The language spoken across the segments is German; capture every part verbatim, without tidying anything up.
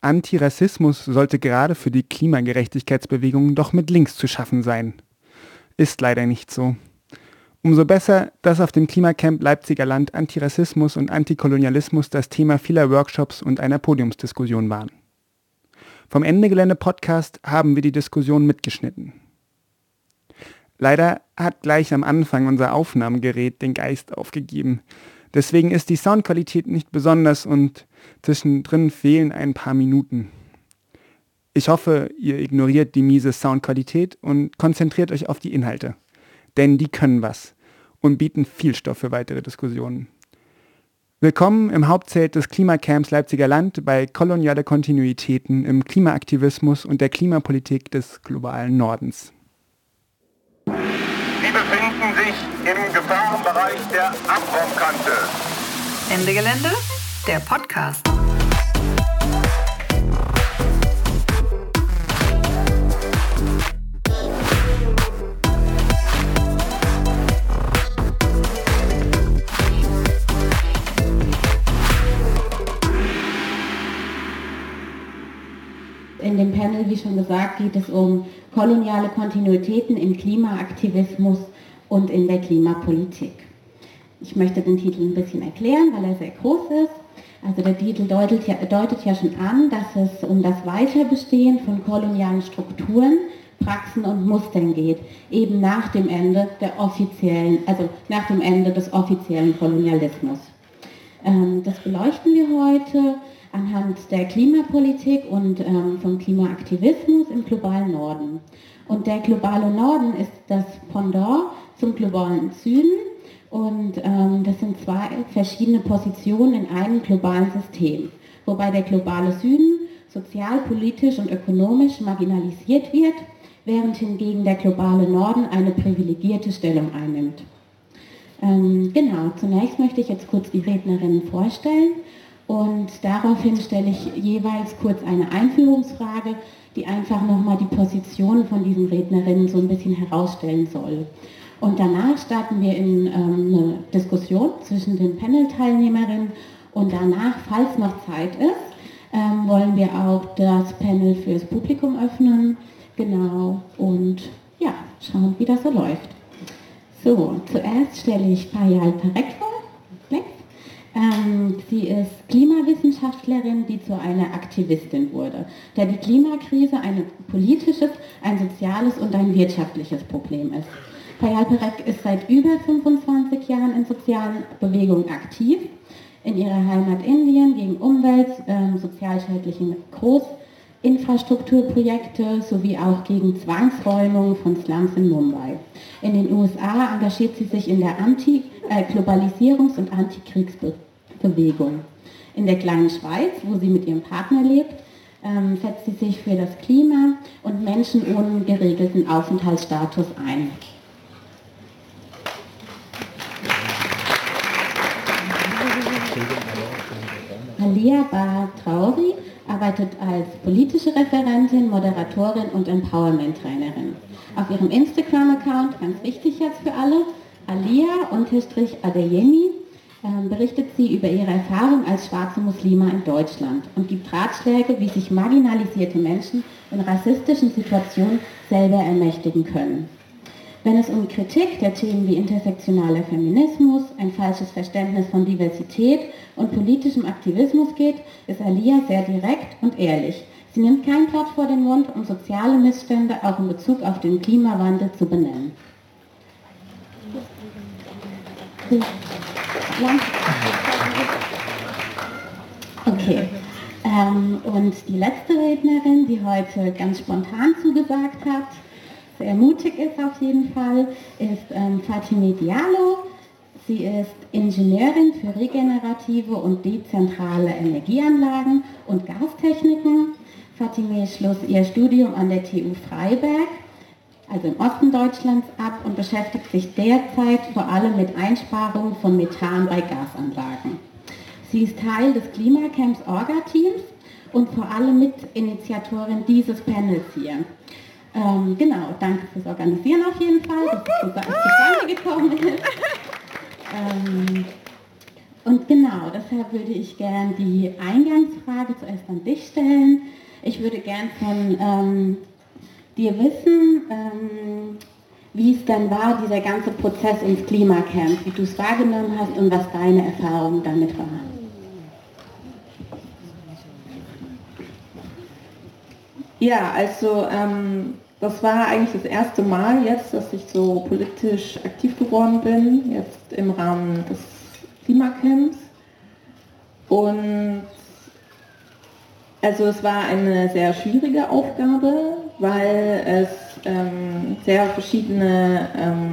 Antirassismus sollte gerade für die Klimagerechtigkeitsbewegung doch mit links zu schaffen sein. Ist leider nicht so. Umso besser, dass auf dem Klimacamp Leipziger Land Antirassismus und Antikolonialismus das Thema vieler Workshops und einer Podiumsdiskussion waren. Vom Ende Gelände Podcast haben wir die Diskussion mitgeschnitten. Leider hat gleich am Anfang unser Aufnahmegerät den Geist aufgegeben. Deswegen ist die Soundqualität nicht besonders und zwischendrin fehlen ein paar Minuten. Ich hoffe, ihr ignoriert die miese Soundqualität und konzentriert euch auf die Inhalte. Denn die können was und bieten viel Stoff für weitere Diskussionen. Willkommen im Hauptzelt des Klimacamps Leipziger Land bei Koloniale Kontinuitäten im Klimaaktivismus und der Klimapolitik des globalen Nordens. Sie befinden sich im Gefahrenbereich der Abbruchkante. Ende Gelände, der Podcast. In dem Panel, wie schon gesagt, geht es um koloniale Kontinuitäten im Klimaaktivismus und in der Klimapolitik. Ich möchte den Titel ein bisschen erklären, weil er sehr groß ist. Also der Titel deutet ja, deutet ja schon an, dass es um das Weiterbestehen von kolonialen Strukturen, Praxen und Mustern geht, eben nach dem Ende der offiziellen, also nach dem Ende des offiziellen Kolonialismus. Ähm, das beleuchten wir heute anhand der Klimapolitik und ähm, vom Klimaaktivismus im globalen Norden. Und der globale Norden ist das Pendant zum globalen Süden und ähm, das sind zwei verschiedene Positionen in einem globalen System, wobei der globale Süden sozial, politisch und ökonomisch marginalisiert wird, während hingegen der globale Norden eine privilegierte Stellung einnimmt. Ähm, genau, zunächst möchte ich jetzt kurz die Rednerinnen vorstellen. Und daraufhin stelle ich jeweils kurz eine Einführungsfrage, die einfach nochmal die Position von diesen Rednerinnen so ein bisschen herausstellen soll. Und danach starten wir in ähm, eine Diskussion zwischen den Panel-Teilnehmerinnen und danach, falls noch Zeit ist, ähm, wollen wir auch das Panel fürs Publikum öffnen. Genau, und ja, schauen, wie das so läuft. So, zuerst stelle ich Payal Parek vor. Ähm, sie ist Klimawissenschaftlerin, die zu einer Aktivistin wurde, da die Klimakrise ein politisches, ein soziales und ein wirtschaftliches Problem ist. Payal Parek ist seit über fünfundzwanzig Jahren in sozialen Bewegungen aktiv, in ihrer Heimat Indien gegen Umwelt, ähm, sozialschädliche Großinfrastrukturprojekte sowie auch gegen Zwangsräumung von Slums in Mumbai. In den U S A engagiert sie sich in der Anti- äh, Globalisierungs- und Antikriegsbewegung. In der kleinen Schweiz, wo sie mit ihrem Partner lebt, ähm, setzt sie sich für das Klima und Menschen ohne geregelten Aufenthaltsstatus ein. Alia Bah Traori arbeitet als politische Referentin, Moderatorin und Empowerment-Trainerin. Auf ihrem Instagram-Account, ganz wichtig jetzt für alle, Alia-Adeyemi, äh, berichtet sie über ihre Erfahrung als schwarze Muslima in Deutschland und gibt Ratschläge, wie sich marginalisierte Menschen in rassistischen Situationen selber ermächtigen können. Wenn es um Kritik der Themen wie intersektionaler Feminismus, ein falsches Verständnis von Diversität und politischem Aktivismus geht, ist Alia sehr direkt und ehrlich. Sie nimmt kein Blatt vor den Mund, um soziale Missstände auch in Bezug auf den Klimawandel zu benennen. Okay. Ähm, und die letzte Rednerin, die heute ganz spontan zugesagt hat, sehr mutig ist auf jeden Fall, ist ähm, Fatime Diallo. Sie ist Ingenieurin für regenerative und dezentrale Energieanlagen und Gastechniken. Fatime schloss ihr Studium an der T U Freiberg, also im Osten Deutschlands, ab und beschäftigt sich derzeit vor allem mit Einsparung von Methan bei Gasanlagen. Sie ist Teil des Klimacamps Orga-Teams und vor allem Mitinitiatorin dieses Panels hier. Ähm, genau, danke fürs Organisieren auf jeden Fall, dass es so zustande gekommen ist. Ähm, Und genau, deshalb würde ich gern die Eingangsfrage zuerst an dich stellen. Ich würde gern von ähm, dir wissen, ähm, wie es dann war, dieser ganze Prozess ins Klimacamp, wie du es wahrgenommen hast und was deine Erfahrungen damit waren. Ja, also ähm, das war eigentlich das erste Mal jetzt, dass ich so politisch aktiv geworden bin, jetzt im Rahmen des Klimacamps. Und also es war eine sehr schwierige Aufgabe, weil es ähm, sehr verschiedene, ähm,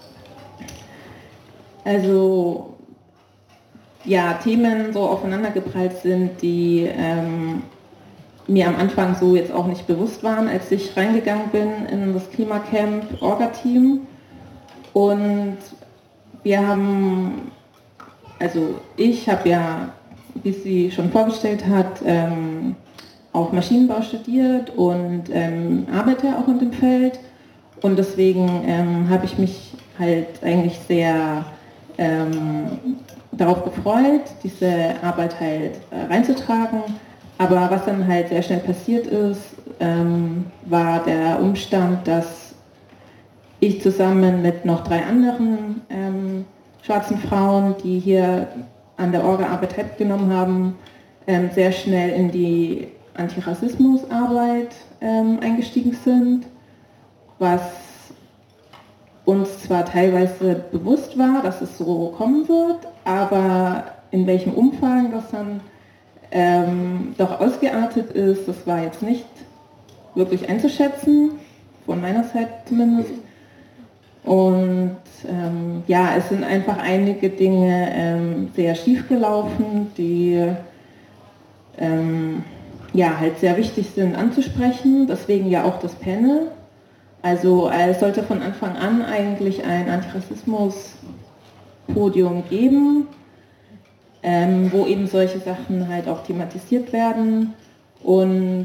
also ja, Themen so aufeinandergeprallt sind, die ähm, mir am Anfang so jetzt auch nicht bewusst waren, als ich reingegangen bin in das Klimacamp Orga-Team. Und wir haben, also ich habe ja, wie sie schon vorgestellt hat, ähm, auch Maschinenbau studiert und ähm, arbeite auch in dem Feld. Und deswegen ähm, habe ich mich halt eigentlich sehr ähm, darauf gefreut, diese Arbeit halt äh, reinzutragen. Aber was dann halt sehr schnell passiert ist, ähm, war der Umstand, dass ich zusammen mit noch drei anderen ähm, schwarzen Frauen, die hier an der Orga-Arbeit teilgenommen haben, ähm, sehr schnell in die Antirassismusarbeit ähm, eingestiegen sind, was uns zwar teilweise bewusst war, dass es so kommen wird, aber in welchem Umfang das dann ähm, doch ausgeartet ist, das war jetzt nicht wirklich einzuschätzen, von meiner Seite zumindest. Und ähm, ja, es sind einfach einige Dinge ähm, sehr schief gelaufen, die ähm, ja, halt sehr wichtig sind anzusprechen, deswegen ja auch das Panel. Also äh, es sollte von Anfang an eigentlich ein Antirassismus-Podium geben, ähm, wo eben solche Sachen halt auch thematisiert werden. Und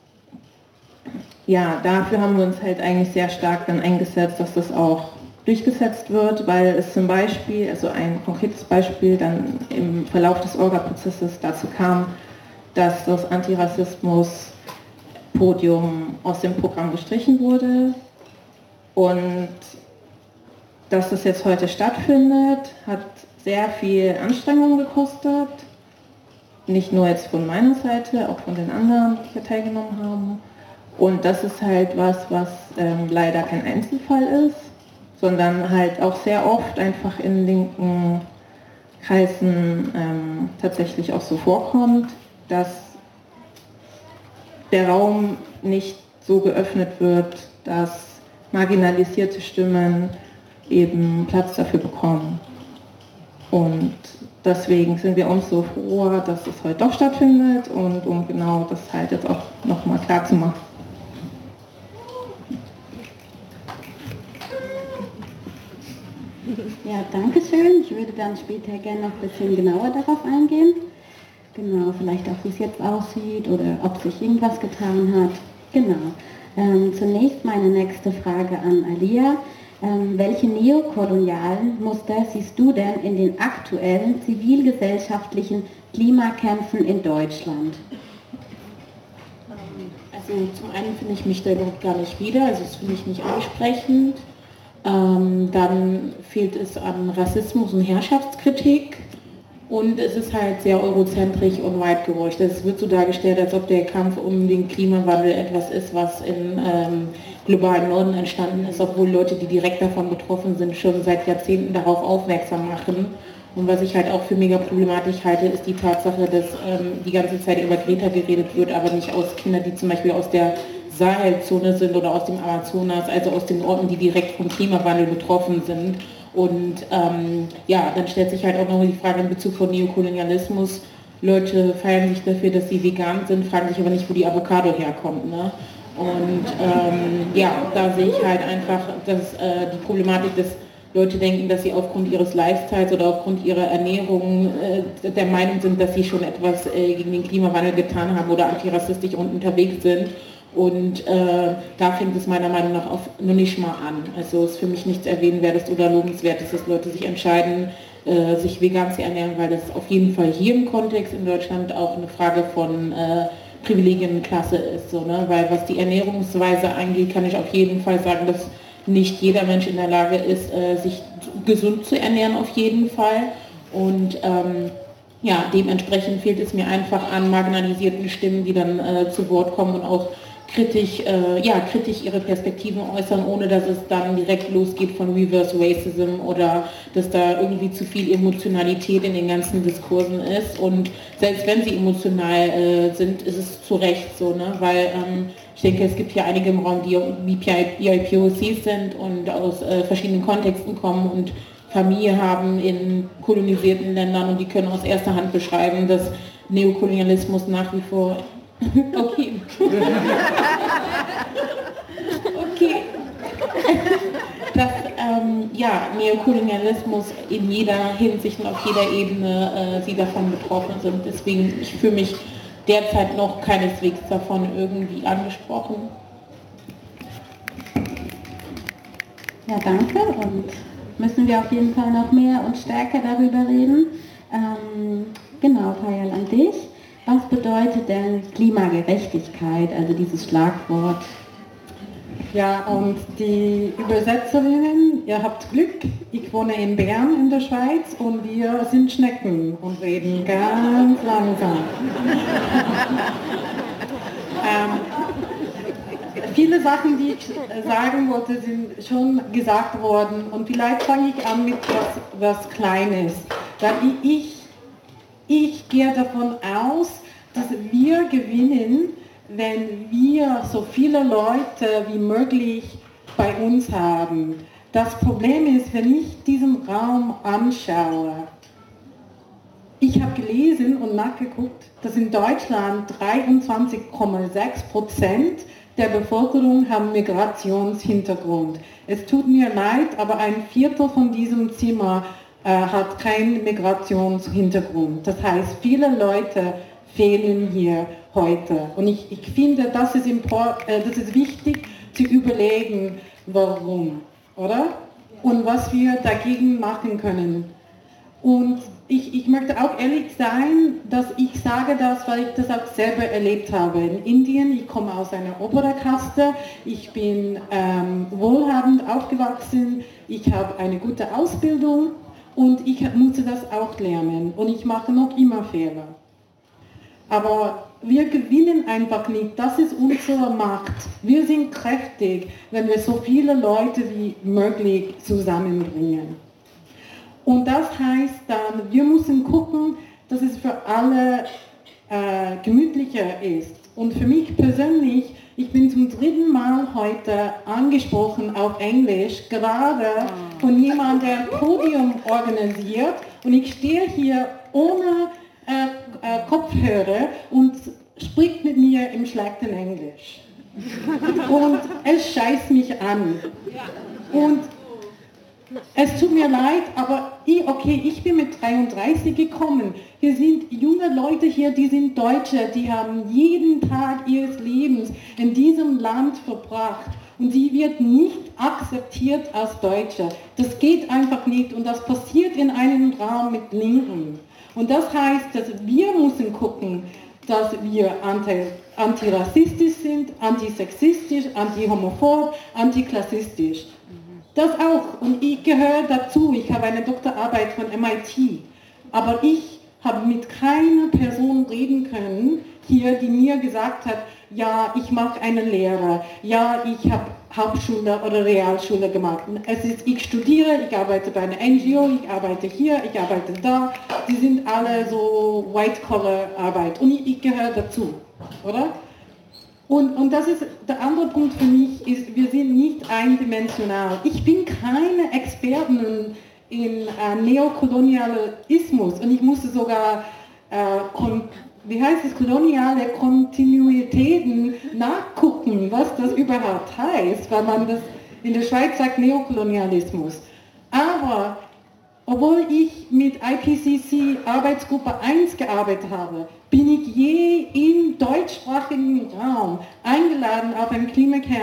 ja, dafür haben wir uns halt eigentlich sehr stark dann eingesetzt, dass das auch durchgesetzt wird, weil es zum Beispiel, also ein konkretes Beispiel, dann im Verlauf des Orga-Prozesses dazu kam, dass das Antirassismus-Podium aus dem Programm gestrichen wurde. Und dass das jetzt heute stattfindet, hat sehr viel Anstrengung gekostet. Nicht nur jetzt von meiner Seite, auch von den anderen, die hier teilgenommen haben. Und das ist halt was, was ähm, leider kein Einzelfall ist, sondern halt auch sehr oft einfach in linken Kreisen ähm, tatsächlich auch so vorkommt, dass der Raum nicht so geöffnet wird, dass marginalisierte Stimmen eben Platz dafür bekommen. Und deswegen sind wir umso froher, dass es heute doch stattfindet und um genau das halt jetzt auch nochmal klar zu machen. Ja, danke schön. Ich würde dann später gerne noch ein bisschen genauer darauf eingehen. Genau, vielleicht auch wie es jetzt aussieht oder ob sich irgendwas getan hat. Genau. Ähm, zunächst meine nächste Frage an Alia. Ähm, welche neokolonialen Muster siehst du denn in den aktuellen zivilgesellschaftlichen Klimakämpfen in Deutschland? Also zum einen finde ich mich da überhaupt gar nicht wieder, also das finde ich nicht ansprechend. Ähm, dann fehlt es an Rassismus und Herrschaftskritik. Und es ist halt sehr eurozentrisch und weit gereucht. Es wird so dargestellt, als ob der Kampf um den Klimawandel etwas ist, was im ähm, globalen Norden entstanden ist, obwohl Leute, die direkt davon betroffen sind, schon seit Jahrzehnten darauf aufmerksam machen. Und was ich halt auch für mega problematisch halte, ist die Tatsache, dass ähm, die ganze Zeit über Greta geredet wird, aber nicht aus Kindern, die zum Beispiel aus der Sahelzone sind oder aus dem Amazonas, also aus den Orten, die direkt vom Klimawandel betroffen sind. Und ähm, ja, dann stellt sich halt auch noch die Frage in Bezug von Neokolonialismus. Leute feiern sich dafür, dass sie vegan sind, fragen sich aber nicht, wo die Avocado herkommt. Ne? Und ähm, ja, da sehe ich halt einfach, dass äh, die Problematik, dass Leute denken, dass sie aufgrund ihres Lifestyles oder aufgrund ihrer Ernährung äh, der Meinung sind, dass sie schon etwas äh, gegen den Klimawandel getan haben oder antirassistisch unterwegs sind. Und äh, da fängt es meiner Meinung nach auf, nur nicht mal an. Also es ist für mich nichts Erwähnenswertes oder Lobenswertes, dass Leute sich entscheiden, äh, sich vegan zu ernähren, weil das auf jeden Fall hier im Kontext in Deutschland auch eine Frage von äh, Privilegienklasse ist. So, ne? Weil was die Ernährungsweise angeht, kann ich auf jeden Fall sagen, dass nicht jeder Mensch in der Lage ist, äh, sich gesund zu ernähren, auf jeden Fall. Und ähm, ja, dementsprechend fehlt es mir einfach an marginalisierten Stimmen, die dann äh, zu Wort kommen und auch kritisch, äh, ja, kritisch ihre Perspektiven äußern, ohne dass es dann direkt losgeht von Reverse Racism oder dass da irgendwie zu viel Emotionalität in den ganzen Diskursen ist. Und selbst wenn sie emotional äh, sind, ist es zu Recht so, ne? Weil ähm, ich denke, es gibt hier einige im Raum, die B I P O Cs sind und aus äh, verschiedenen Kontexten kommen und Familie haben in kolonisierten Ländern und die können aus erster Hand beschreiben, dass Neokolonialismus nach wie vor... Okay. Okay. Dass ähm, ja, Neokolonialismus in jeder Hinsicht und auf jeder Ebene äh, sie davon betroffen sind. Deswegen, ich fühle mich derzeit noch keineswegs davon irgendwie angesprochen. Ja, danke. Und müssen wir auf jeden Fall noch mehr und stärker darüber reden. Ähm, genau, Payal, an dich. Was bedeutet denn Klimagerechtigkeit, also dieses Schlagwort? Ja, und die Übersetzerinnen, ihr habt Glück, ich wohne in Bern in der Schweiz und wir sind Schnecken und reden ganz langsam. ähm, viele Sachen, die ich sagen wollte, sind schon gesagt worden und vielleicht fange ich an mit was, was Kleines. Weil ich Ich gehe davon aus, dass wir gewinnen, wenn wir so viele Leute wie möglich bei uns haben. Das Problem ist, wenn ich diesen Raum anschaue, ich habe gelesen und nachgeguckt, dass in Deutschland dreiundzwanzig Komma sechs Prozent der Bevölkerung haben Migrationshintergrund. Es tut mir leid, aber ein Viertel von diesem Zimmer hat keinen Migrationshintergrund. Das heißt, viele Leute fehlen hier heute. Und ich, ich finde, das ist, import, äh, das ist wichtig zu überlegen, warum, oder? Und was wir dagegen machen können. Und ich, ich möchte auch ehrlich sein, dass ich sage das, weil ich das auch selber erlebt habe. In Indien, ich komme aus einer Oberkaste, ich bin ähm, wohlhabend aufgewachsen, ich habe eine gute Ausbildung, und ich musste das auch lernen und ich mache noch immer Fehler. Aber wir gewinnen einfach nicht, das ist unsere Macht. Wir sind kräftig, wenn wir so viele Leute wie möglich zusammenbringen. Und das heißt dann, wir müssen gucken, dass es für alle äh, gemütlicher ist. Und für mich persönlich, ich bin zum dritten Mal heute angesprochen auf Englisch, gerade von jemandem, der ein Podium organisiert. Und ich stehe hier ohne äh, äh, Kopfhörer und spricht mit mir im schlechten Englisch. Und es scheißt mich an. Und es tut mir leid, aber ich, okay, ich bin mit dreiunddreißig gekommen. Hier sind junge Leute hier, die sind Deutsche, die haben jeden Tag ihres Lebens in diesem Land verbracht. Und sie wird nicht akzeptiert als Deutsche. Das geht einfach nicht und das passiert in einem Raum mit Linken. Und das heißt, dass wir müssen gucken, dass wir anti, antirassistisch sind, antisexistisch, antihomophob, antiklassistisch. Das auch. Und ich gehöre dazu. Ich habe eine Doktorarbeit von M I T. Aber ich habe mit keiner Person reden können hier, die mir gesagt hat, ja, ich mache eine Lehre, ja, ich habe Hauptschule oder Realschule gemacht. Es ist, ich studiere, ich arbeite bei einer N G O, ich arbeite hier, ich arbeite da. Die sind alle so White-Collar-Arbeit. Und ich, ich gehöre dazu, oder? Und, und das ist der andere Punkt für mich, ist, wir sind nicht eindimensional. Ich bin keine Expertin in äh, Neokolonialismus und ich musste sogar, äh, kon, wie heißt es, koloniale Kontinuitäten nachgucken, was das überhaupt heißt, weil man das in der Schweiz sagt Neokolonialismus. Aber obwohl ich mit I P C C Arbeitsgruppe eins gearbeitet habe, bin ich je im deutschsprachigen Raum eingeladen auf ein Klimacamp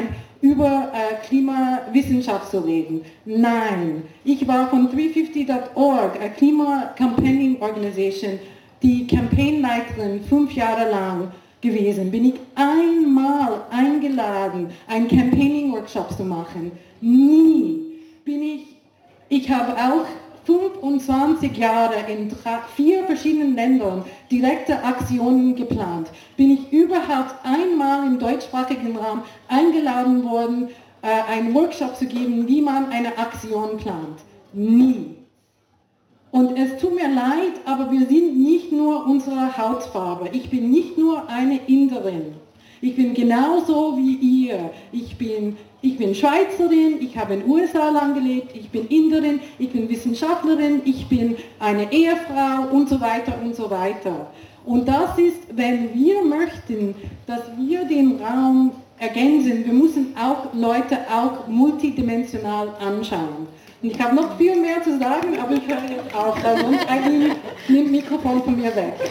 über äh, Klimawissenschaft zu reden. Nein, ich war von dreihundertfünfzig Punkt org, a Klima Campaigning Organization, die Campaignleiterin fünf Jahre lang gewesen. Bin ich einmal eingeladen, einen Campaigning-Workshop zu machen. Nie. Bin ich, ich habe auch fünfundzwanzig Jahre in drei, vier verschiedenen Ländern direkte Aktionen geplant. Bin ich überhaupt einmal im deutschsprachigen Raum eingeladen worden, äh, einen Workshop zu geben, wie man eine Aktion plant. Nie. Und es tut mir leid, aber wir sind nicht nur unsere Hautfarbe. Ich bin nicht nur eine Inderin. Ich bin genauso wie ihr. Ich bin, ich bin Schweizerin, ich habe in den U S A lang gelebt, ich bin Inderin, ich bin Wissenschaftlerin, ich bin eine Ehefrau und so weiter und so weiter. Und das ist, wenn wir möchten, dass wir den Raum ergänzen, wir müssen auch Leute auch multidimensional anschauen. Und ich habe noch viel mehr zu sagen, aber ich höre jetzt auf, sonst eigentlich nimmt das Mikrofon von mir weg.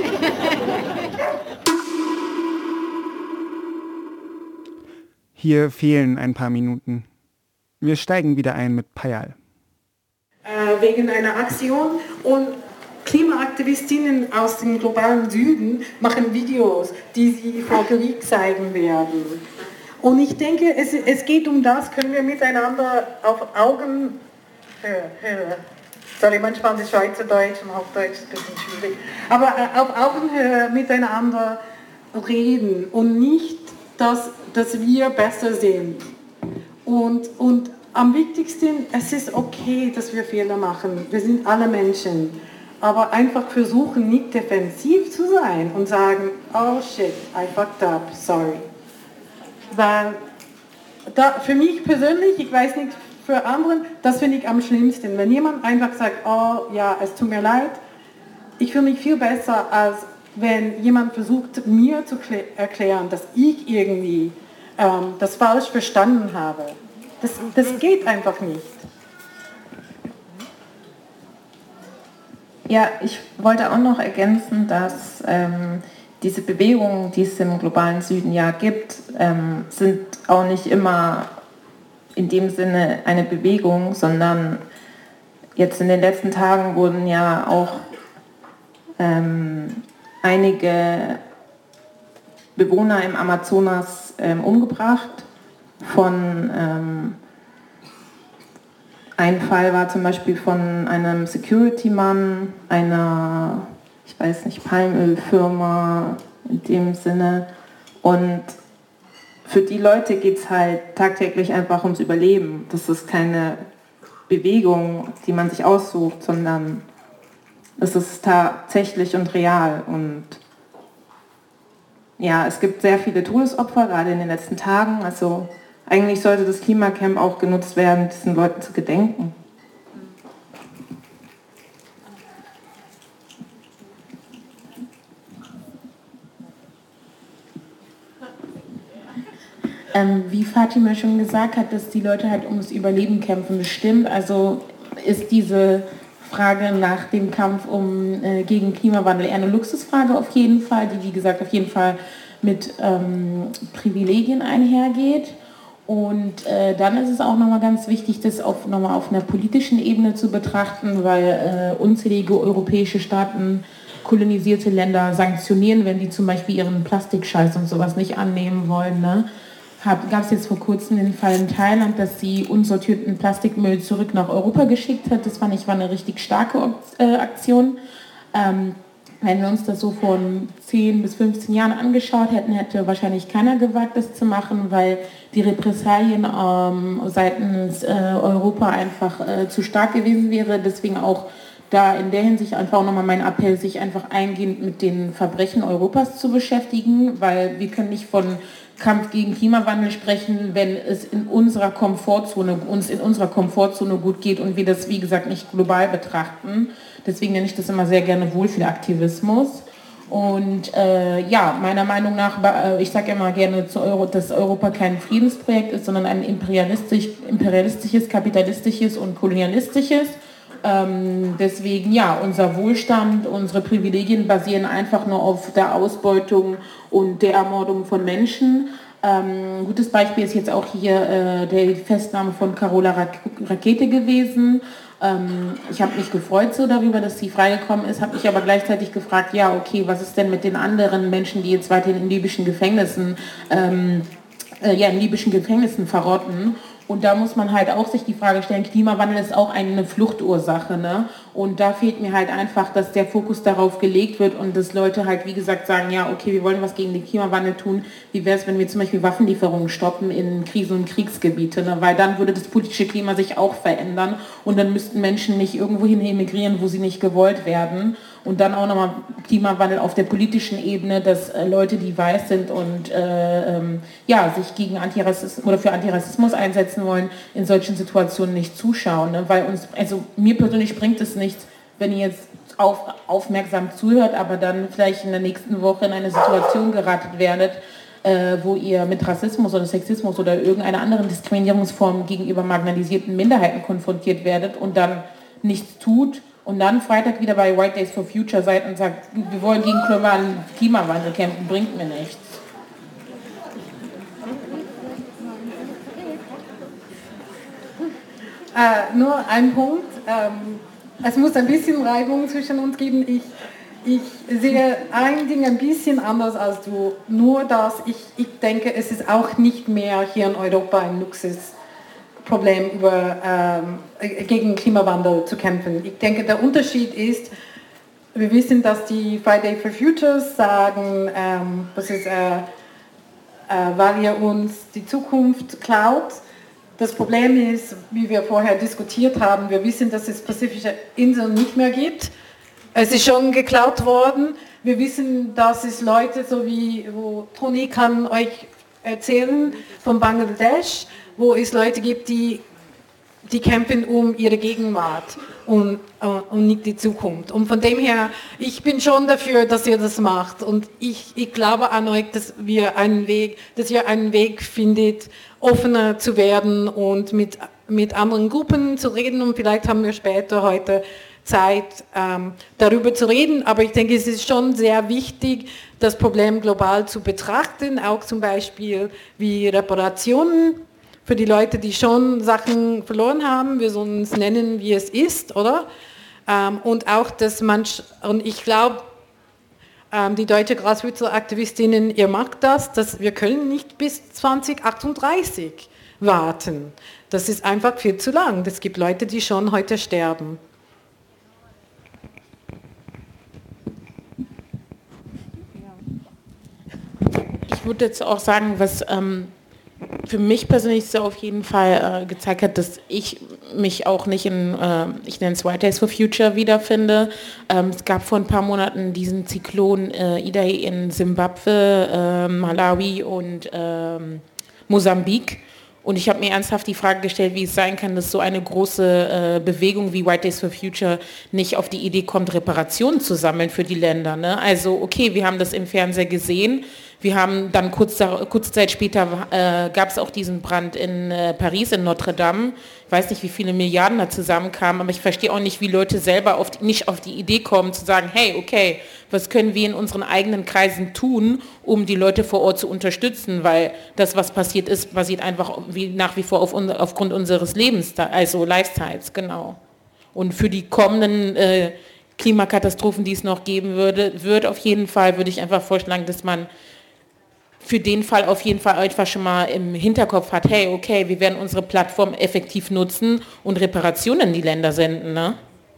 Hier fehlen ein paar Minuten. Wir steigen wieder ein mit Payal. Äh, wegen einer Aktion und Klimaaktivistinnen aus dem globalen Süden machen Videos, die sie vor Gericht zeigen werden. Und ich denke, es, es geht um das, können wir miteinander auf Augen... Sorry, manchmal ist Schweizerdeutsch und Hochdeutsch ein bisschen schwierig. Aber äh, auf Augenhöhe miteinander reden und nicht, dass, dass wir besser sind. Und, und am wichtigsten, es ist okay, dass wir Fehler machen. Wir sind alle Menschen. Aber einfach versuchen, nicht defensiv zu sein und sagen, oh shit, I fucked up, sorry. Weil da, für mich persönlich, ich weiß nicht, für andere, das finde ich am schlimmsten. Wenn jemand einfach sagt, oh ja, es tut mir leid, ich fühle mich viel besser, als wenn jemand versucht, mir zu erklären, dass ich irgendwie ähm, das falsch verstanden habe. Das, das geht einfach nicht. Ja, ich wollte auch noch ergänzen, dass ähm, diese Bewegungen, die es im globalen Süden ja gibt, ähm, sind auch nicht immer in dem Sinne eine Bewegung, sondern jetzt in den letzten Tagen wurden ja auch ähm, einige Bewohner im Amazonas ähm, umgebracht. Von, ähm, ein Fall war zum Beispiel von einem Security-Mann, einer, ich weiß nicht, Palmölfirma in dem Sinne. Und für die Leute geht es halt tagtäglich einfach ums Überleben. Das ist keine Bewegung, die man sich aussucht, sondern es ist tatsächlich und real. Und ja, es gibt sehr viele Todesopfer, gerade in den letzten Tagen. Also eigentlich sollte das Klimacamp auch genutzt werden, diesen Leuten zu gedenken. Ähm, wie Fatima schon gesagt hat, dass die Leute halt ums Überleben kämpfen, bestimmt. Also ist diese Frage nach dem Kampf um, äh, gegen Klimawandel eher eine Luxusfrage auf jeden Fall, die wie gesagt auf jeden Fall mit ähm, Privilegien einhergeht. Und äh, dann ist es auch nochmal ganz wichtig, das auf, nochmal auf einer politischen Ebene zu betrachten, weil äh, unzählige europäische Staaten kolonisierte Länder sanktionieren, wenn die zum Beispiel ihren Plastikscheiß und sowas nicht annehmen wollen. Ne? Gab es jetzt vor kurzem den Fall in Thailand, dass sie unsortierten Plastikmüll zurück nach Europa geschickt hat. Das fand ich war eine richtig starke äh, Aktion. Ähm, wenn wir uns das so vor zehn bis fünfzehn Jahren angeschaut hätten, hätte wahrscheinlich keiner gewagt, das zu machen, weil die Repressalien ähm, seitens äh, Europa einfach äh, zu stark gewesen wäre. Deswegen auch da in der Hinsicht einfach auch nochmal mein Appell, sich einfach eingehend mit den Verbrechen Europas zu beschäftigen, weil wir können nicht von Kampf gegen Klimawandel sprechen, wenn es in unserer Komfortzone, uns in unserer Komfortzone gut geht und wir das, wie gesagt, nicht global betrachten. Deswegen nenne ich das immer sehr gerne Wohlfühlaktivismus. Und äh, ja, meiner Meinung nach, äh, ich sage immer gerne, zu Euro, dass Europa kein Friedensprojekt ist, sondern ein imperialistisch, imperialistisches, kapitalistisches und kolonialistisches. Ähm, deswegen, ja, unser Wohlstand, unsere Privilegien basieren einfach nur auf der Ausbeutung und der Ermordung von Menschen. Ähm, ein gutes Beispiel ist jetzt auch hier äh, die Festnahme von Carola Rackete gewesen. Ähm, ich habe mich gefreut so darüber, dass sie freigekommen ist, habe mich aber gleichzeitig gefragt, ja okay, was ist denn mit den anderen Menschen, die jetzt weiterhin in libyschen Gefängnissen, ähm, äh, ja, in libyschen Gefängnissen verrotten? Und da muss man halt auch sich die Frage stellen, Klimawandel ist auch eine Fluchtursache, ne? Und da fehlt mir halt einfach, dass der Fokus darauf gelegt wird und dass Leute halt, wie gesagt, sagen, ja, okay, wir wollen was gegen den Klimawandel tun. Wie wäre es, wenn wir zum Beispiel Waffenlieferungen stoppen in Krisen- und Kriegsgebiete, ne? Weil dann würde das politische Klima sich auch verändern und dann müssten Menschen nicht irgendwohin emigrieren, wo sie nicht gewollt werden. Und dann auch nochmal Klimawandel auf der politischen Ebene, dass äh, Leute, die weiß sind und äh, ähm, ja, sich gegen Antirassismus oder für Antirassismus einsetzen wollen, in solchen Situationen nicht zuschauen. Ne? Weil uns, also mir persönlich bringt es nichts, wenn ihr jetzt auf, aufmerksam zuhört, aber dann vielleicht in der nächsten Woche in eine Situation geratet werdet, äh, wo ihr mit Rassismus oder Sexismus oder irgendeiner anderen Diskriminierungsform gegenüber marginalisierten Minderheiten konfrontiert werdet und dann nichts tut. Und dann Freitag wieder bei White Days for Future seid und sagt, wir wollen gegen Klimawandel kämpfen, bringt mir nichts. Äh, nur ein Punkt. Ähm, es muss ein bisschen Reibung zwischen uns geben. Ich, ich sehe ein Ding ein bisschen anders als du. Nur, dass ich, ich denke, es ist auch nicht mehr hier in Europa ein Luxusproblem, über, ähm, gegen Klimawandel zu kämpfen. Ich denke, der Unterschied ist, wir wissen, dass die Friday for Futures sagen, ähm, das ist, äh, äh, weil ihr uns die Zukunft klaut. Das Problem ist, wie wir vorher diskutiert haben, wir wissen, dass es pazifische Inseln nicht mehr gibt. Es ist schon geklaut worden. Wir wissen, dass es Leute, so wie wo Toni kann euch erzählen, von Bangladesch, wo es Leute gibt, die, die kämpfen um ihre Gegenwart und, und nicht die Zukunft. Und von dem her, ich bin schon dafür, dass ihr das macht. Und ich, ich glaube an euch, dass wir einen Weg, dass ihr einen Weg findet, offener zu werden und mit, mit anderen Gruppen zu reden. Und vielleicht haben wir später heute Zeit, ähm, darüber zu reden. Aber ich denke, es ist schon sehr wichtig, das Problem global zu betrachten, auch zum Beispiel wie Reparationen für die Leute, die schon Sachen verloren haben. Wir sollen es nennen, wie es ist, oder? Ähm, und auch, dass manch, und ich glaube, ähm, die deutsche Graswurzelaktivistinnen, ihr macht das, dass wir können nicht bis zwanzig achtunddreißig warten. Das ist einfach viel zu lang. Es gibt Leute, die schon heute sterben. Ich würde jetzt auch sagen, was ähm, für mich persönlich so auf jeden Fall äh, gezeigt hat, dass ich mich auch nicht in, äh, ich nenne es White Days for Future wiederfinde. Ähm, es gab vor ein paar Monaten diesen Zyklon äh, Idai in Simbabwe, äh, Malawi und äh, Mosambik. Und ich habe mir ernsthaft die Frage gestellt, wie es sein kann, dass so eine große äh, Bewegung wie White Days for Future nicht auf die Idee kommt, Reparationen zu sammeln für die Länder. Ne? Also okay, wir haben das im Fernsehen gesehen. Wir haben dann kurz, kurze Zeit später äh, gab es auch diesen Brand in äh, Paris, in Notre Dame. Ich weiß nicht, wie viele Milliarden da zusammenkamen, aber ich verstehe auch nicht, wie Leute selber auf die, nicht auf die Idee kommen, zu sagen, hey, okay, was können wir in unseren eigenen Kreisen tun, um die Leute vor Ort zu unterstützen, weil das, was passiert ist, basiert einfach wie nach wie vor auf, aufgrund unseres Lebens, also Lifestyles, genau. Und für die kommenden äh, Klimakatastrophen, die es noch geben würde, wird auf jeden Fall, würde ich einfach vorschlagen, dass man für den Fall auf jeden Fall einfach schon mal im Hinterkopf hat, hey, okay, wir werden unsere Plattform effektiv nutzen und Reparationen in die Länder senden, ne?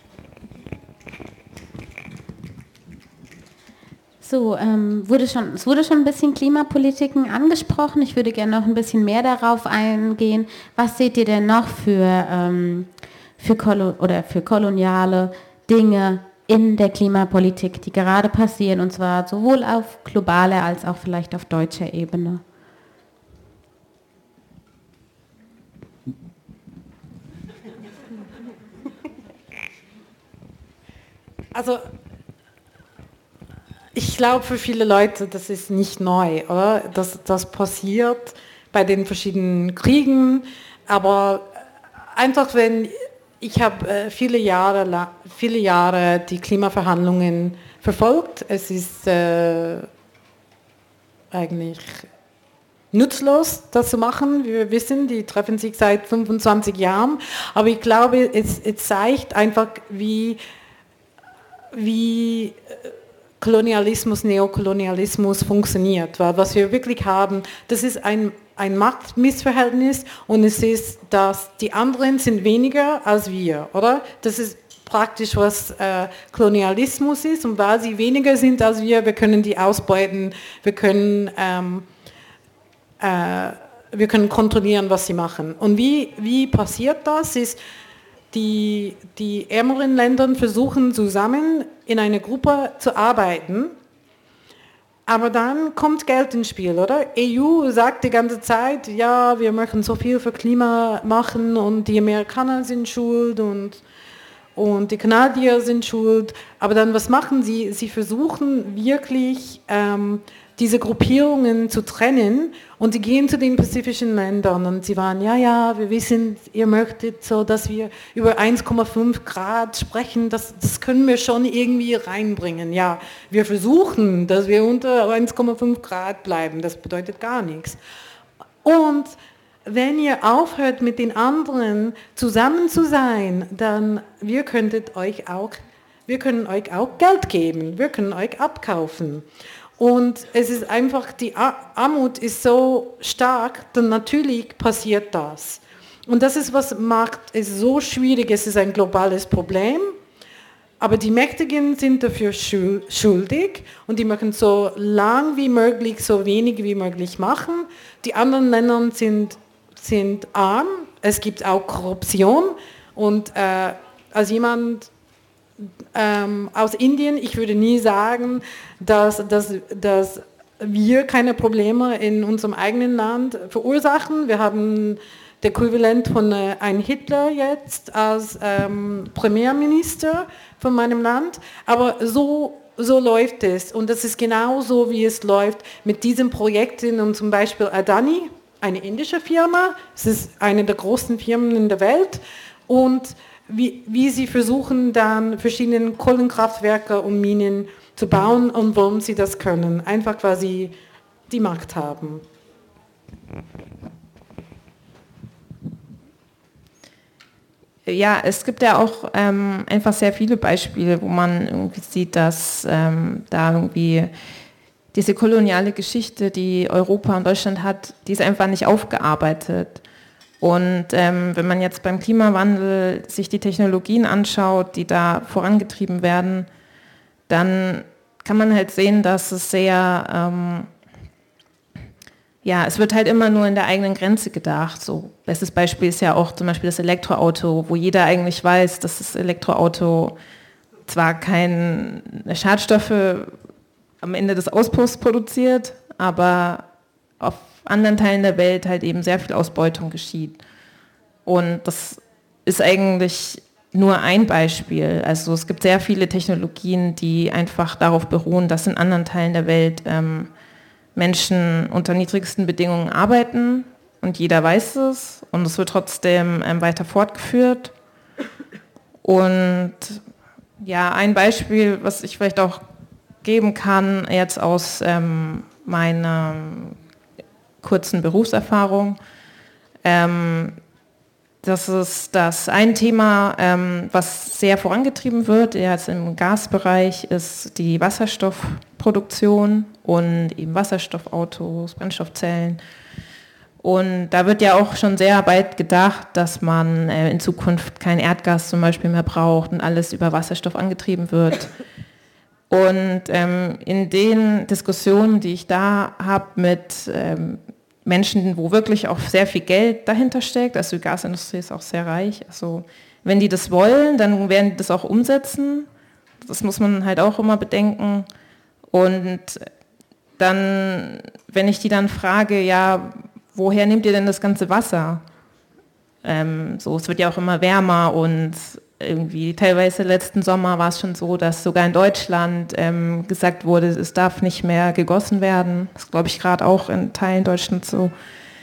So, ähm, wurde schon, es wurde schon ein bisschen Klimapolitiken angesprochen. Ich würde gerne noch ein bisschen mehr darauf eingehen. Was seht ihr denn noch für, ähm, für, Kolo- oder für koloniale Dinge in der Klimapolitik, die gerade passieren, und zwar sowohl auf globaler als auch vielleicht auf deutscher Ebene? Also ich glaube, für viele Leute, das ist nicht neu, oder? Das, das passiert bei den verschiedenen Kriegen, aber einfach wenn... Ich habe äh, viele Jahre, viele Jahre die Klimaverhandlungen verfolgt. Es ist äh, eigentlich nutzlos, das zu machen. Wir wissen, die treffen sich seit fünfundzwanzig Jahren, aber ich glaube, es, es zeigt einfach, wie, wie Kolonialismus, Neokolonialismus funktioniert. Weil was wir wirklich haben, das ist ein, ein Machtmissverhältnis und es ist, dass die anderen sind weniger als wir, oder? Das ist praktisch, was äh, Kolonialismus ist, und weil sie weniger sind als wir, wir können die ausbeuten, wir können ähm, äh, wir können kontrollieren, was sie machen. Und wie, wie passiert das? Ist, die, die ärmeren Länder versuchen zusammen in einer Gruppe zu arbeiten, aber dann kommt Geld ins Spiel, oder? E U sagt die ganze Zeit, ja, wir möchten so viel für Klima machen und die Amerikaner sind schuld und Und die Kanadier sind schuld, aber dann was machen sie? Sie versuchen wirklich ähm, diese Gruppierungen zu trennen und sie gehen zu den pazifischen Ländern und sie waren, ja, ja, wir wissen, ihr möchtet so, dass wir über eins Komma fünf Grad sprechen, das, das können wir schon irgendwie reinbringen. Ja, wir versuchen, dass wir unter eins Komma fünf Grad bleiben, das bedeutet gar nichts. Und wenn ihr aufhört, mit den anderen zusammen zu sein, dann wir könntet euch auch, wir können euch auch Geld geben, wir können euch abkaufen. Und es ist einfach, die Armut ist so stark, dann natürlich passiert das. Und das ist, was macht es so schwierig, es ist ein globales Problem, aber die Mächtigen sind dafür schuldig und die möchten so lang wie möglich, so wenig wie möglich machen. Die anderen Länder sind sind arm, es gibt auch Korruption und äh, als jemand ähm, aus Indien, ich würde nie sagen, dass, dass, dass wir keine Probleme in unserem eigenen Land verursachen. Wir haben das Äquivalent von äh, einem Hitler jetzt als ähm, Premierminister von meinem Land, aber so So läuft es und das ist genauso, wie es läuft mit diesen Projekten und zum Beispiel Adani, eine indische Firma, es ist eine der großen Firmen in der Welt und wie, wie sie versuchen dann verschiedene Kohlenkraftwerke und Minen zu bauen und warum sie das können, einfach weil sie die Macht haben. Ja, es gibt ja auch ähm, einfach sehr viele Beispiele, wo man irgendwie sieht, dass ähm, da irgendwie diese koloniale Geschichte, die Europa und Deutschland hat, die ist einfach nicht aufgearbeitet. Und ähm, wenn man jetzt beim Klimawandel sich die Technologien anschaut, die da vorangetrieben werden, dann kann man halt sehen, dass es sehr, ähm, ja, es wird halt immer nur in der eigenen Grenze gedacht. So, bestes Beispiel ist ja auch zum Beispiel das Elektroauto, wo jeder eigentlich weiß, dass das Elektroauto zwar keine Schadstoffe am Ende des Auspuffs produziert, aber auf anderen Teilen der Welt halt eben sehr viel Ausbeutung geschieht. Und das ist eigentlich nur ein Beispiel. Also es gibt sehr viele Technologien, die einfach darauf beruhen, dass in anderen Teilen der Welt ähm, Menschen unter niedrigsten Bedingungen arbeiten und jeder weiß es und es wird trotzdem ähm, weiter fortgeführt. Und ja, ein Beispiel, was ich vielleicht auch geben kann, jetzt aus ähm, meiner kurzen Berufserfahrung. Ähm, das ist das ein Thema, ähm, was sehr vorangetrieben wird, jetzt im Gasbereich, ist die Wasserstoffproduktion und eben Wasserstoffautos, Brennstoffzellen. Und da wird ja auch schon sehr weit gedacht, dass man äh, in Zukunft kein Erdgas zum Beispiel mehr braucht und alles über Wasserstoff angetrieben wird. Und ähm, in den Diskussionen, die ich da habe mit ähm, Menschen, wo wirklich auch sehr viel Geld dahinter steckt, also die Gasindustrie ist auch sehr reich, also wenn die das wollen, dann werden die das auch umsetzen. Das muss man halt auch immer bedenken. Und dann, wenn ich die dann frage, ja, woher nehmt ihr denn das ganze Wasser? Ähm, so, es wird ja auch immer wärmer und irgendwie teilweise letzten Sommer war es schon so, dass sogar in Deutschland ähm, gesagt wurde, es darf nicht mehr gegossen werden. Das glaube ich gerade auch in Teilen Deutschlands so.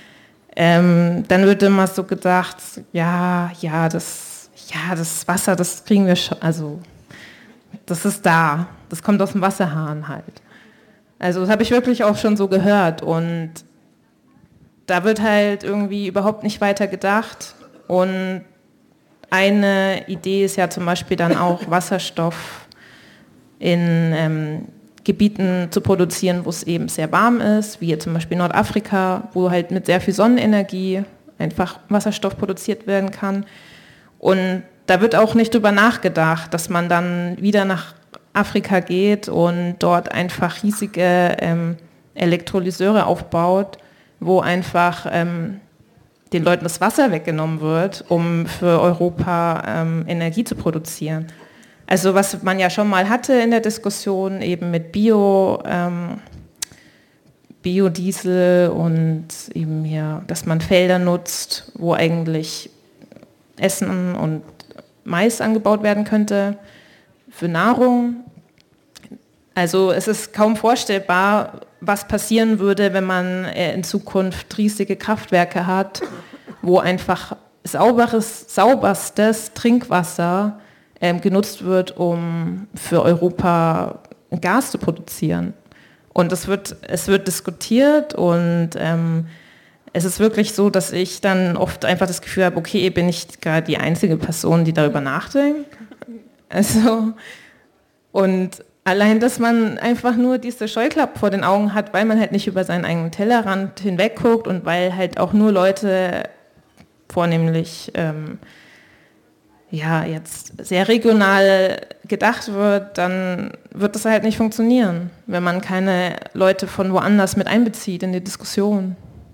Ähm, dann wird immer so gedacht, ja, ja, das, ja, das Wasser, das kriegen wir schon, also das ist da, das kommt aus dem Wasserhahn halt. Also das habe ich wirklich auch schon so gehört und da wird halt irgendwie überhaupt nicht weiter gedacht. Und eine Idee ist ja zum Beispiel dann auch Wasserstoff in ähm, Gebieten zu produzieren, wo es eben sehr warm ist, wie zum Beispiel Nordafrika, wo halt mit sehr viel Sonnenenergie einfach Wasserstoff produziert werden kann. Und da wird auch nicht drüber nachgedacht, dass man dann wieder nach Afrika geht und dort einfach riesige ähm, Elektrolyseure aufbaut, wo einfach ähm, den Leuten das Wasser weggenommen wird, um für Europa ähm, Energie zu produzieren. Also was man ja schon mal hatte in der Diskussion, eben mit Bio, ähm, Biodiesel und eben hier, dass man Felder nutzt, wo eigentlich Essen und Mais angebaut werden könnte für Nahrung. Also es ist kaum vorstellbar, was passieren würde, wenn man in Zukunft riesige Kraftwerke hat, wo einfach sauberes, sauberstes Trinkwasser ähm, genutzt wird, um für Europa Gas zu produzieren. Und es wird, es wird diskutiert und ähm, es ist wirklich so, dass ich dann oft einfach das Gefühl habe, okay, bin ich gerade die einzige Person, die darüber nachdenkt. Also, und allein, dass man einfach nur diese Scheuklappen vor den Augen hat, weil man halt nicht über seinen eigenen Tellerrand hinweg guckt und weil halt auch nur Leute vornehmlich ähm, ja, jetzt sehr regional gedacht wird, dann wird das halt nicht funktionieren, wenn man keine Leute von woanders mit einbezieht in die Diskussion.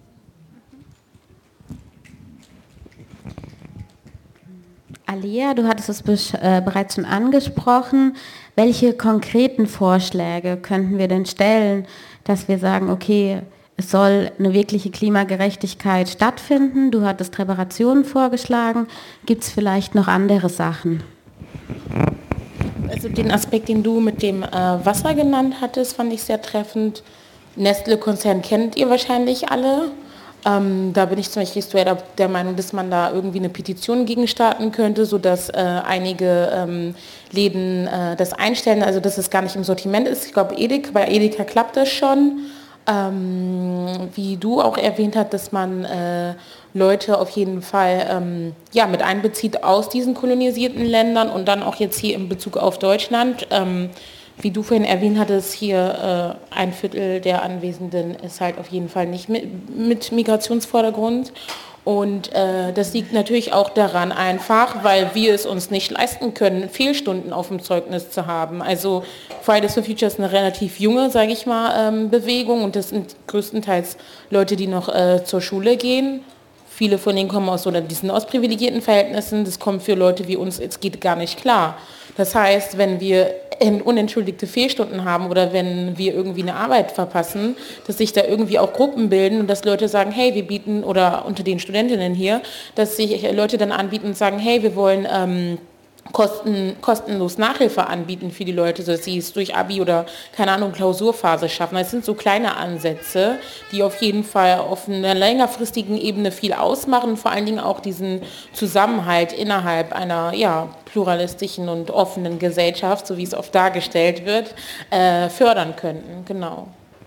Alia, du hattest es äh, bereits schon angesprochen. Welche konkreten Vorschläge könnten wir denn stellen, dass wir sagen, okay, es soll eine wirkliche Klimagerechtigkeit stattfinden? Du hattest Reparationen vorgeschlagen. Gibt es vielleicht noch andere Sachen? Also den Aspekt, den du mit dem äh, Wasser genannt hattest, fand ich sehr treffend. Nestle-Konzern kennt ihr wahrscheinlich alle. Ähm, da bin ich zum Beispiel der, der Meinung, dass man da irgendwie eine Petition gegen starten könnte, sodass äh, einige ähm, Läden äh, das einstellen, also dass es gar nicht im Sortiment ist. Ich glaube, Edeka, bei Edeka klappt das schon. Ähm, wie du auch erwähnt hast, dass man äh, Leute auf jeden Fall ähm, ja, mit einbezieht aus diesen kolonisierten Ländern und dann auch jetzt hier in Bezug auf Deutschland. Ähm, Wie du vorhin erwähnt hattest, hier äh, ein Viertel der Anwesenden ist halt auf jeden Fall nicht mit, mit Migrationsvordergrund. Und äh, das liegt natürlich auch daran einfach, weil wir es uns nicht leisten können, Fehlstunden auf dem Zeugnis zu haben. Also Fridays for Future ist eine relativ junge, sage ich mal, ähm, Bewegung und das sind größtenteils Leute, die noch äh, zur Schule gehen. Viele von denen kommen aus, oder die sind aus privilegierten Verhältnissen. Das kommt für Leute wie uns, es geht gar nicht klar. Das heißt, wenn wir unentschuldigte Fehlstunden haben oder wenn wir irgendwie eine Arbeit verpassen, dass sich da irgendwie auch Gruppen bilden und dass Leute sagen, hey, wir bieten, oder unter den Studentinnen hier, dass sich Leute dann anbieten und sagen, hey, wir wollen ähm, Kosten, kostenlos Nachhilfe anbieten für die Leute, dass sie es durch Abi oder, keine Ahnung, Klausurphase schaffen. Das sind so kleine Ansätze, die auf jeden Fall auf einer längerfristigen Ebene viel ausmachen, vor allen Dingen auch diesen Zusammenhalt innerhalb einer ja, pluralistischen und offenen Gesellschaft, so wie es oft dargestellt wird, äh, fördern könnten. Genau.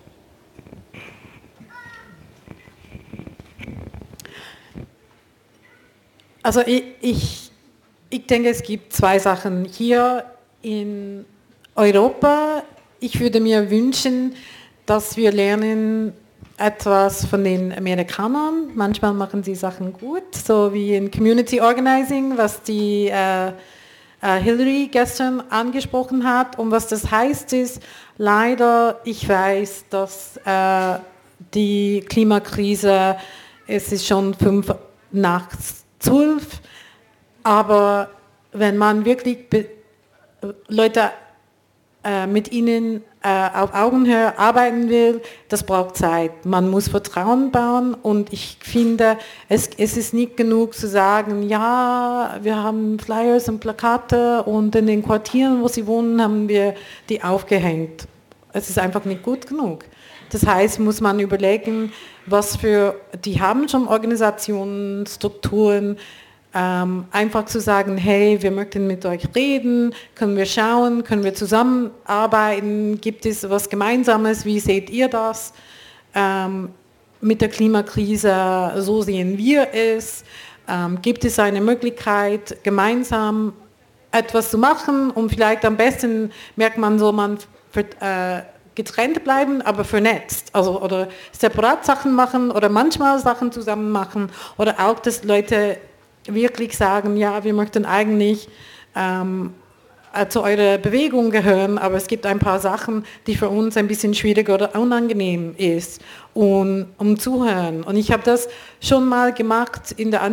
Also ich, ich Ich denke, es gibt zwei Sachen. Hier in Europa, ich würde mir wünschen, dass wir lernen etwas von den Amerikanern. Manchmal machen sie Sachen gut, so wie in Community Organizing, was die äh, äh, Hillary gestern angesprochen hat. Und was das heißt ist, leider, ich weiß, dass äh, die Klimakrise, es ist schon fünf nach zwölf, aber wenn man wirklich be- Leute äh, mit ihnen äh, auf Augenhöhe arbeiten will, das braucht Zeit. Man muss Vertrauen bauen und ich finde, es, es ist nicht genug zu sagen, ja, wir haben Flyers und Plakate und in den Quartieren, wo sie wohnen, haben wir die aufgehängt. Es ist einfach nicht gut genug. Das heißt, muss man überlegen, was für, die haben schon Organisationen, Strukturen, Ähm, einfach zu sagen, hey, wir möchten mit euch reden, können wir schauen, können wir zusammenarbeiten, gibt es was Gemeinsames, wie seht ihr das? Ähm, mit der Klimakrise, so sehen wir es, ähm, gibt es eine Möglichkeit, gemeinsam etwas zu machen und vielleicht am besten merkt man so, man wird, äh, getrennt bleiben, aber vernetzt, also oder separat Sachen machen oder manchmal Sachen zusammen machen oder auch, dass Leute wirklich sagen, ja, wir möchten eigentlich ähm, zu eurer Bewegung gehören, aber es gibt ein paar Sachen, die für uns ein bisschen schwierig oder unangenehm ist, und, um zuhören. Und ich habe das schon mal gemacht in der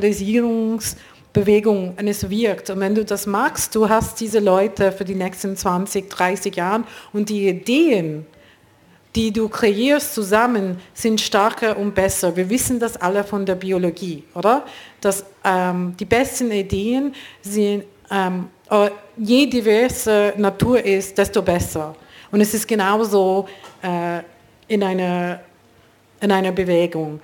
Antiglobalisierungsbewegung und es wirkt. Und wenn du das magst, du hast diese Leute für die nächsten zwanzig, dreißig Jahre und die Ideen, die du kreierst zusammen, sind stärker und besser. Wir wissen das alle von der Biologie, oder? Dass ähm, die besten Ideen sind, ähm, je diverser Natur ist, desto besser. Und es ist genauso äh, in, einer, in einer Bewegung.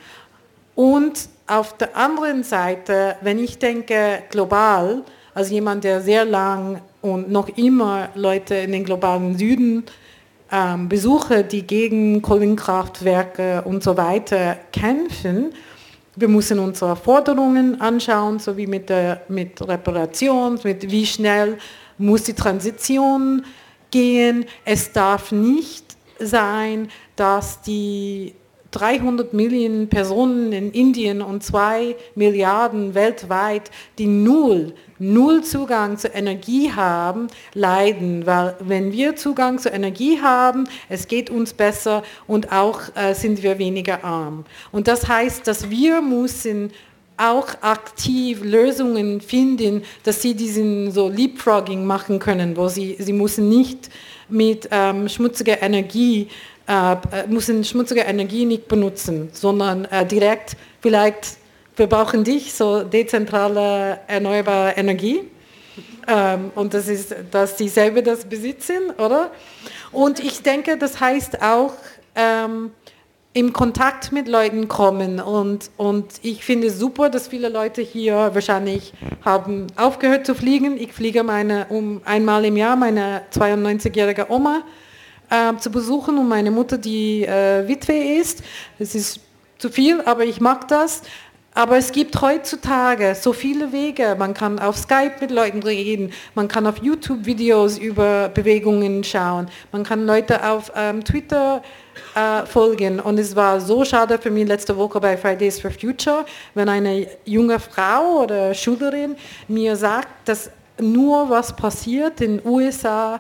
Und auf der anderen Seite, wenn ich denke global, als jemand, der sehr lang und noch immer Leute in den globalen Süden ähm, besuche, die gegen Kohlenkraftwerke und so weiter kämpfen, wir müssen unsere Forderungen anschauen, so wie mit der mit Reparation, mit wie schnell muss die Transition gehen. Es darf nicht sein, dass die dreihundert Millionen Personen in Indien und zwei Milliarden weltweit, die null, null Zugang zur Energie haben, leiden. Weil wenn wir Zugang zur Energie haben, es geht uns besser und auch äh, sind wir weniger arm. Und das heißt, dass wir müssen auch aktiv Lösungen finden, dass sie diesen so Leapfrogging machen können, wo sie, sie müssen nicht mit ähm, schmutziger Energie Äh, müssen schmutzige Energie nicht benutzen, sondern äh, direkt vielleicht, wir brauchen dich, so dezentrale erneuerbare Energie. Ähm, und das ist, dass die selber das besitzen, oder? Und ich denke, das heißt auch ähm, im Kontakt mit Leuten kommen. Und, und ich finde es super, dass viele Leute hier wahrscheinlich haben aufgehört zu fliegen. Ich fliege meine, um einmal im Jahr meine zweiundneunzigjährige Oma Äh, zu besuchen und meine Mutter, die äh, Witwe ist. Es ist zu viel, aber ich mag das. Aber es gibt heutzutage so viele Wege. Man kann auf Skype mit Leuten reden, man kann auf YouTube-Videos über Bewegungen schauen, man kann Leute auf ähm, Twitter äh, folgen. Und es war so schade für mich letzte Woche bei Fridays for Future, wenn eine junge Frau oder Schülerin mir sagt, dass nur was passiert in den U S A,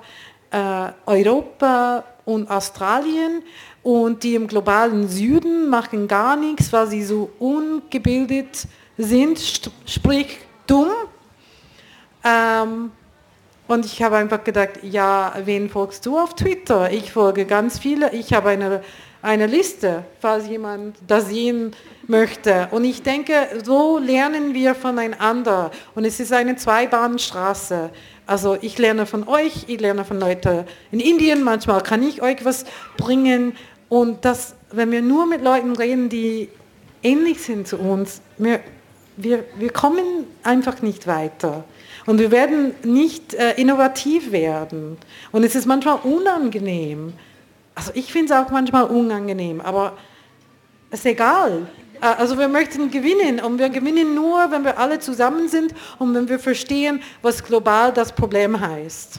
Europa und Australien und die im globalen Süden machen gar nichts, weil sie so ungebildet sind, sprich dumm. Ähm, und ich habe einfach gedacht, ja, wen folgst du auf Twitter? Ich folge ganz viele, ich habe eine, eine Liste, falls jemand das sehen möchte. Und ich denke, so lernen wir voneinander. Und es ist eine Zweibahnstraße. Also ich lerne von euch, ich lerne von Leuten in Indien, manchmal kann ich euch was bringen. Und das, wenn wir nur mit Leuten reden, die ähnlich sind zu uns, wir, wir, wir kommen einfach nicht weiter. Und wir werden nicht äh, innovativ werden. Und es ist manchmal unangenehm. Also ich finde es auch manchmal unangenehm, aber es ist egal. Also wir möchten gewinnen und wir gewinnen nur, wenn wir alle zusammen sind und wenn wir verstehen, was global das Problem heißt.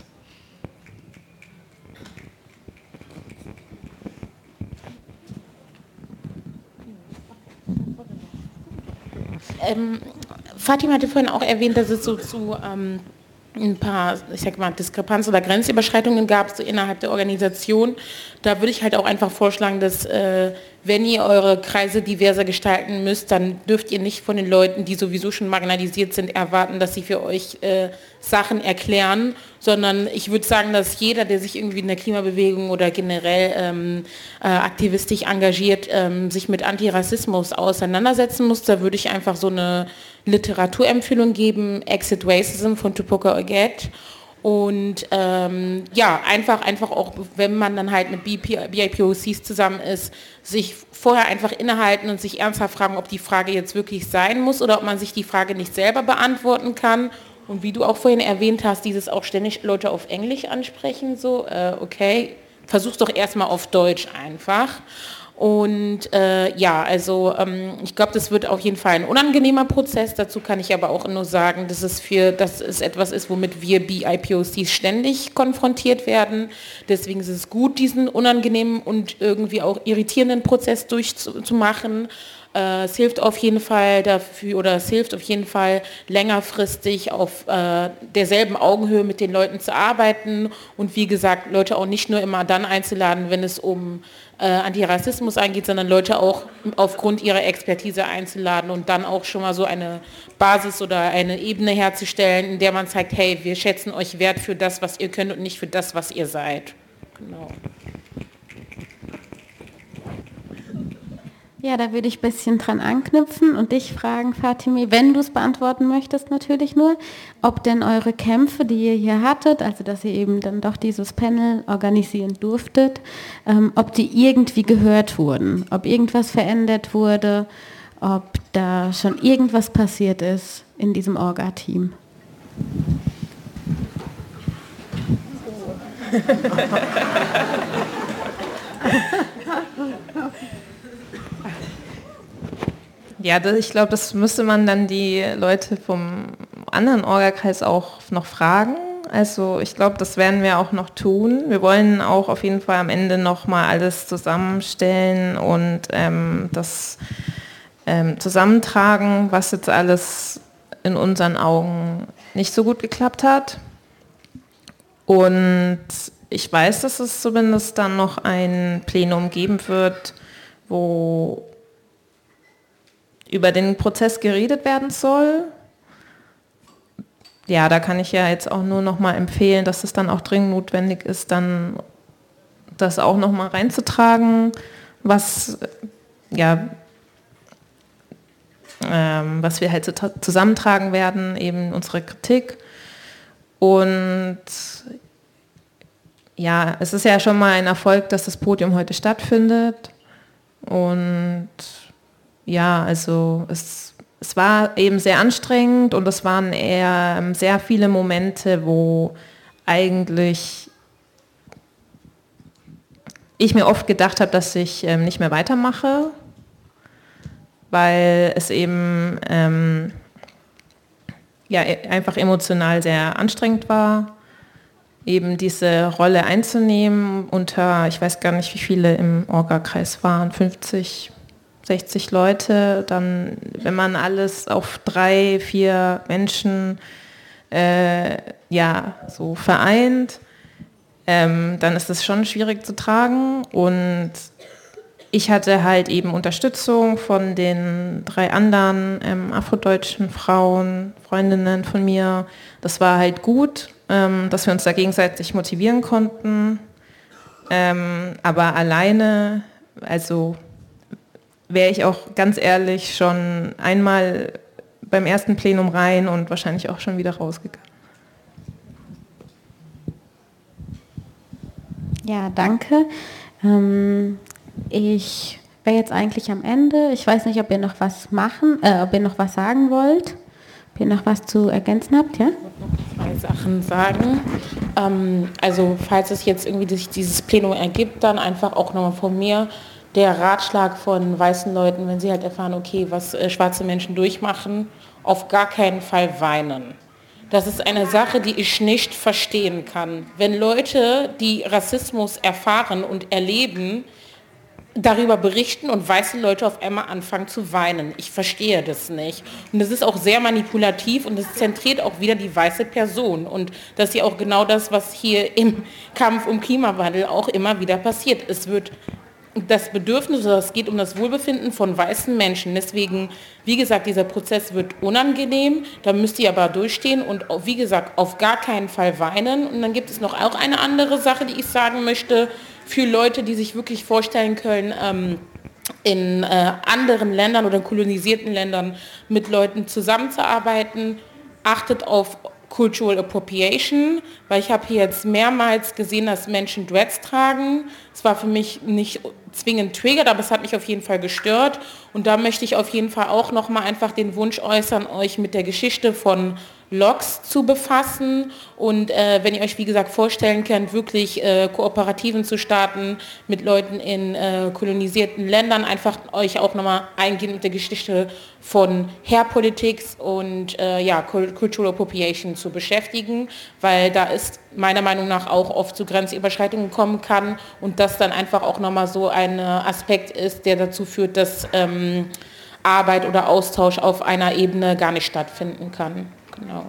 Ähm, Fatima hatte vorhin auch erwähnt, dass es so zu ähm, ein paar, ich sag mal, Diskrepanzen oder Grenzüberschreitungen gab so innerhalb der Organisation. Da würde ich halt auch einfach vorschlagen, dass äh, wenn ihr eure Kreise diverser gestalten müsst, dann dürft ihr nicht von den Leuten, die sowieso schon marginalisiert sind, erwarten, dass sie für euch äh, Sachen erklären, sondern ich würde sagen, dass jeder, der sich irgendwie in der Klimabewegung oder generell ähm, äh, aktivistisch engagiert, ähm, sich mit Antirassismus auseinandersetzen muss. Da würde ich einfach so eine Literaturempfehlung geben, Exit Racism von Tupoka Oget. Und ähm, ja, einfach, einfach auch, wenn man dann halt mit B I P O Cs zusammen ist, sich vorher einfach innehalten und sich ernsthaft fragen, ob die Frage jetzt wirklich sein muss oder ob man sich die Frage nicht selber beantworten kann. Und wie du auch vorhin erwähnt hast, dieses auch ständig Leute auf Englisch ansprechen, so, äh, okay, versuch's doch erstmal auf Deutsch einfach. Und äh, ja, also ähm, ich glaube, das wird auf jeden Fall ein unangenehmer Prozess. Dazu kann ich aber auch nur sagen, dass es für, dass es etwas ist, womit wir B I P O Cs ständig konfrontiert werden. Deswegen ist es gut, diesen unangenehmen und irgendwie auch irritierenden Prozess durchzumachen. Äh, es hilft auf jeden Fall dafür, oder es hilft auf jeden Fall längerfristig auf äh, derselben Augenhöhe mit den Leuten zu arbeiten und wie gesagt, Leute auch nicht nur immer dann einzuladen, wenn es um äh, Antirassismus angeht, sondern Leute auch aufgrund ihrer Expertise einzuladen und dann auch schon mal so eine Basis oder eine Ebene herzustellen, in der man zeigt, hey, wir schätzen euch wert für das, was ihr könnt und nicht für das, was ihr seid. Genau. Ja, da würde ich ein bisschen dran anknüpfen und dich fragen, Fatimi, wenn du es beantworten möchtest natürlich nur, ob denn eure Kämpfe, die ihr hier hattet, also dass ihr eben dann doch dieses Panel organisieren durftet, ähm, ob die irgendwie gehört wurden, ob irgendwas verändert wurde, ob da schon irgendwas passiert ist in diesem Orga-Team. Ja, das, ich glaube, das müsste man dann die Leute vom anderen Orga-Kreis auch noch fragen. Also ich glaube, das werden wir auch noch tun. Wir wollen auch auf jeden Fall am Ende noch mal alles zusammenstellen und ähm, das ähm, zusammentragen, was jetzt alles in unseren Augen nicht so gut geklappt hat. Und ich weiß, dass es zumindest dann noch ein Plenum geben wird, wo über den Prozess geredet werden soll. Ja, da kann ich ja jetzt auch nur noch mal empfehlen, dass es dann auch dringend notwendig ist, dann das auch noch mal reinzutragen, was, ja, ähm, was wir halt zusammentragen werden, eben unsere Kritik. Und ja, es ist ja schon mal ein Erfolg, dass das Podium heute stattfindet. Und ja, also es, es war eben sehr anstrengend und es waren eher sehr viele Momente, wo eigentlich ich mir oft gedacht habe, dass ich ähm, nicht mehr weitermache, weil es eben ähm, ja, einfach emotional sehr anstrengend war, eben diese Rolle einzunehmen unter, ich weiß gar nicht, wie viele im Orga-Kreis waren, fünfzig, sechzig Leute, dann, wenn man alles auf drei, vier Menschen äh, ja, so vereint, ähm, dann ist es schon schwierig zu tragen und ich hatte halt eben Unterstützung von den drei anderen ähm, afrodeutschen Frauen, Freundinnen von mir. Das war halt gut, ähm, dass wir uns da gegenseitig motivieren konnten, ähm, aber alleine, also wäre ich auch ganz ehrlich schon einmal beim ersten Plenum rein und wahrscheinlich auch schon wieder rausgegangen. Ja, danke. Ähm, ich wäre jetzt eigentlich am Ende. Ich weiß nicht, ob ihr noch was machen, äh, ob ihr noch was sagen wollt, ob ihr noch was zu ergänzen habt, ja? Ich wollte noch zwei Sachen sagen. Ähm, also falls es jetzt irgendwie sich dieses Plenum ergibt, dann einfach auch nochmal von mir der Ratschlag von weißen Leuten, wenn sie halt erfahren, okay, was äh, schwarze Menschen durchmachen, auf gar keinen Fall weinen. Das ist eine Sache, die ich nicht verstehen kann. Wenn Leute, die Rassismus erfahren und erleben, darüber berichten und weiße Leute auf einmal anfangen zu weinen. Ich verstehe das nicht. Und das ist auch sehr manipulativ und es zentriert auch wieder die weiße Person. Und das ist ja auch genau das, was hier im Kampf um Klimawandel auch immer wieder passiert. Es wird das Bedürfnis, oder es geht um das Wohlbefinden von weißen Menschen. Deswegen, wie gesagt, dieser Prozess wird unangenehm, da müsst ihr aber durchstehen und wie gesagt, auf gar keinen Fall weinen. Und dann gibt es noch auch eine andere Sache, die ich sagen möchte, für Leute, die sich wirklich vorstellen können, ähm, in äh, anderen Ländern oder kolonisierten Ländern mit Leuten zusammenzuarbeiten, achtet auf Cultural Appropriation, weil ich habe hier jetzt mehrmals gesehen, dass Menschen Dreads tragen. Es war für mich nicht zwingend triggert, aber es hat mich auf jeden Fall gestört. Und da möchte ich auf jeden Fall auch nochmal einfach den Wunsch äußern, euch mit der Geschichte von Loks zu befassen und äh, wenn ihr euch, wie gesagt, vorstellen könnt, wirklich äh, Kooperativen zu starten mit Leuten in äh, kolonisierten Ländern, einfach euch auch nochmal eingehend mit der Geschichte von Hair Politics und äh, ja, Cultural Appropriation zu beschäftigen, weil da ist meiner Meinung nach auch oft zu Grenzüberschreitungen kommen kann und das dann einfach auch nochmal so ein Aspekt ist, der dazu führt, dass ähm, Arbeit oder Austausch auf einer Ebene gar nicht stattfinden kann. Genau.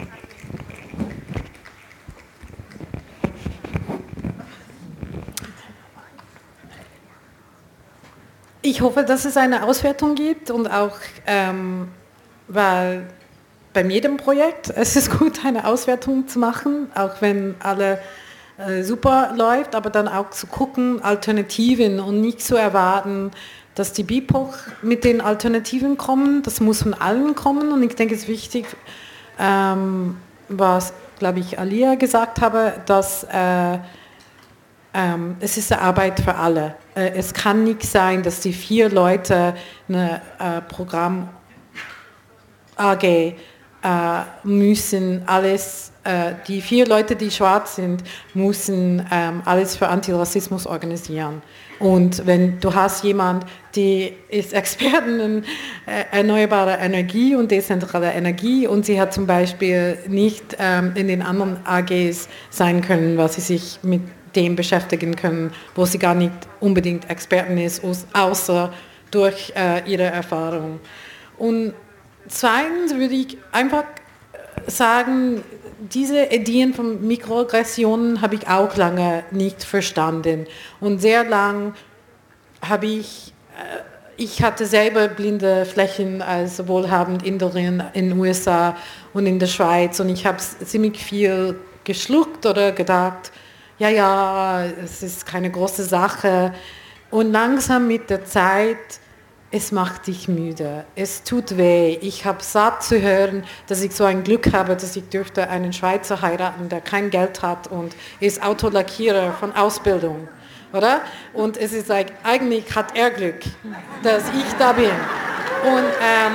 Ich hoffe, dass es eine Auswertung gibt und auch, ähm, weil bei jedem Projekt es ist gut, eine Auswertung zu machen, auch wenn alle äh, super läuft, aber dann auch zu gucken, Alternativen und nicht zu erwarten, dass die B I P O C mit den Alternativen kommen. Das muss von allen kommen und ich denke, es ist wichtig, ähm, was, glaube ich, Alia gesagt habe, dass äh, ähm, es ist eine Arbeit für alle. Äh, es kann nicht sein, dass die vier Leute eine äh, Programm A G äh, müssen alles, äh, die vier Leute, die schwarz sind, müssen ähm, alles für Antirassismus organisieren. Und wenn du hast jemand, die ist Expertin in äh, erneuerbare Energie und dezentrale Energie und sie hat zum Beispiel nicht ähm, in den anderen A Gs sein können, weil sie sich mit dem beschäftigen können, wo sie gar nicht unbedingt Expertin ist, außer durch äh, ihre Erfahrung. Und zweitens würde ich einfach sagen, diese Ideen von Mikroaggressionen habe ich auch lange nicht verstanden. Und sehr lang habe ich, ich hatte selber blinde Flächen als wohlhabend Inderin in den U S A und in der Schweiz und ich habe ziemlich viel geschluckt oder gedacht, ja, ja, es ist keine große Sache. Und langsam mit der Zeit, es macht dich müde, es tut weh. Ich habe satt zu hören, dass ich so ein Glück habe, dass ich dürfte einen Schweizer heiraten, der kein Geld hat und ist Autolackierer von Ausbildung, oder? Und es ist like, eigentlich hat er Glück, dass ich da bin. Und, ähm,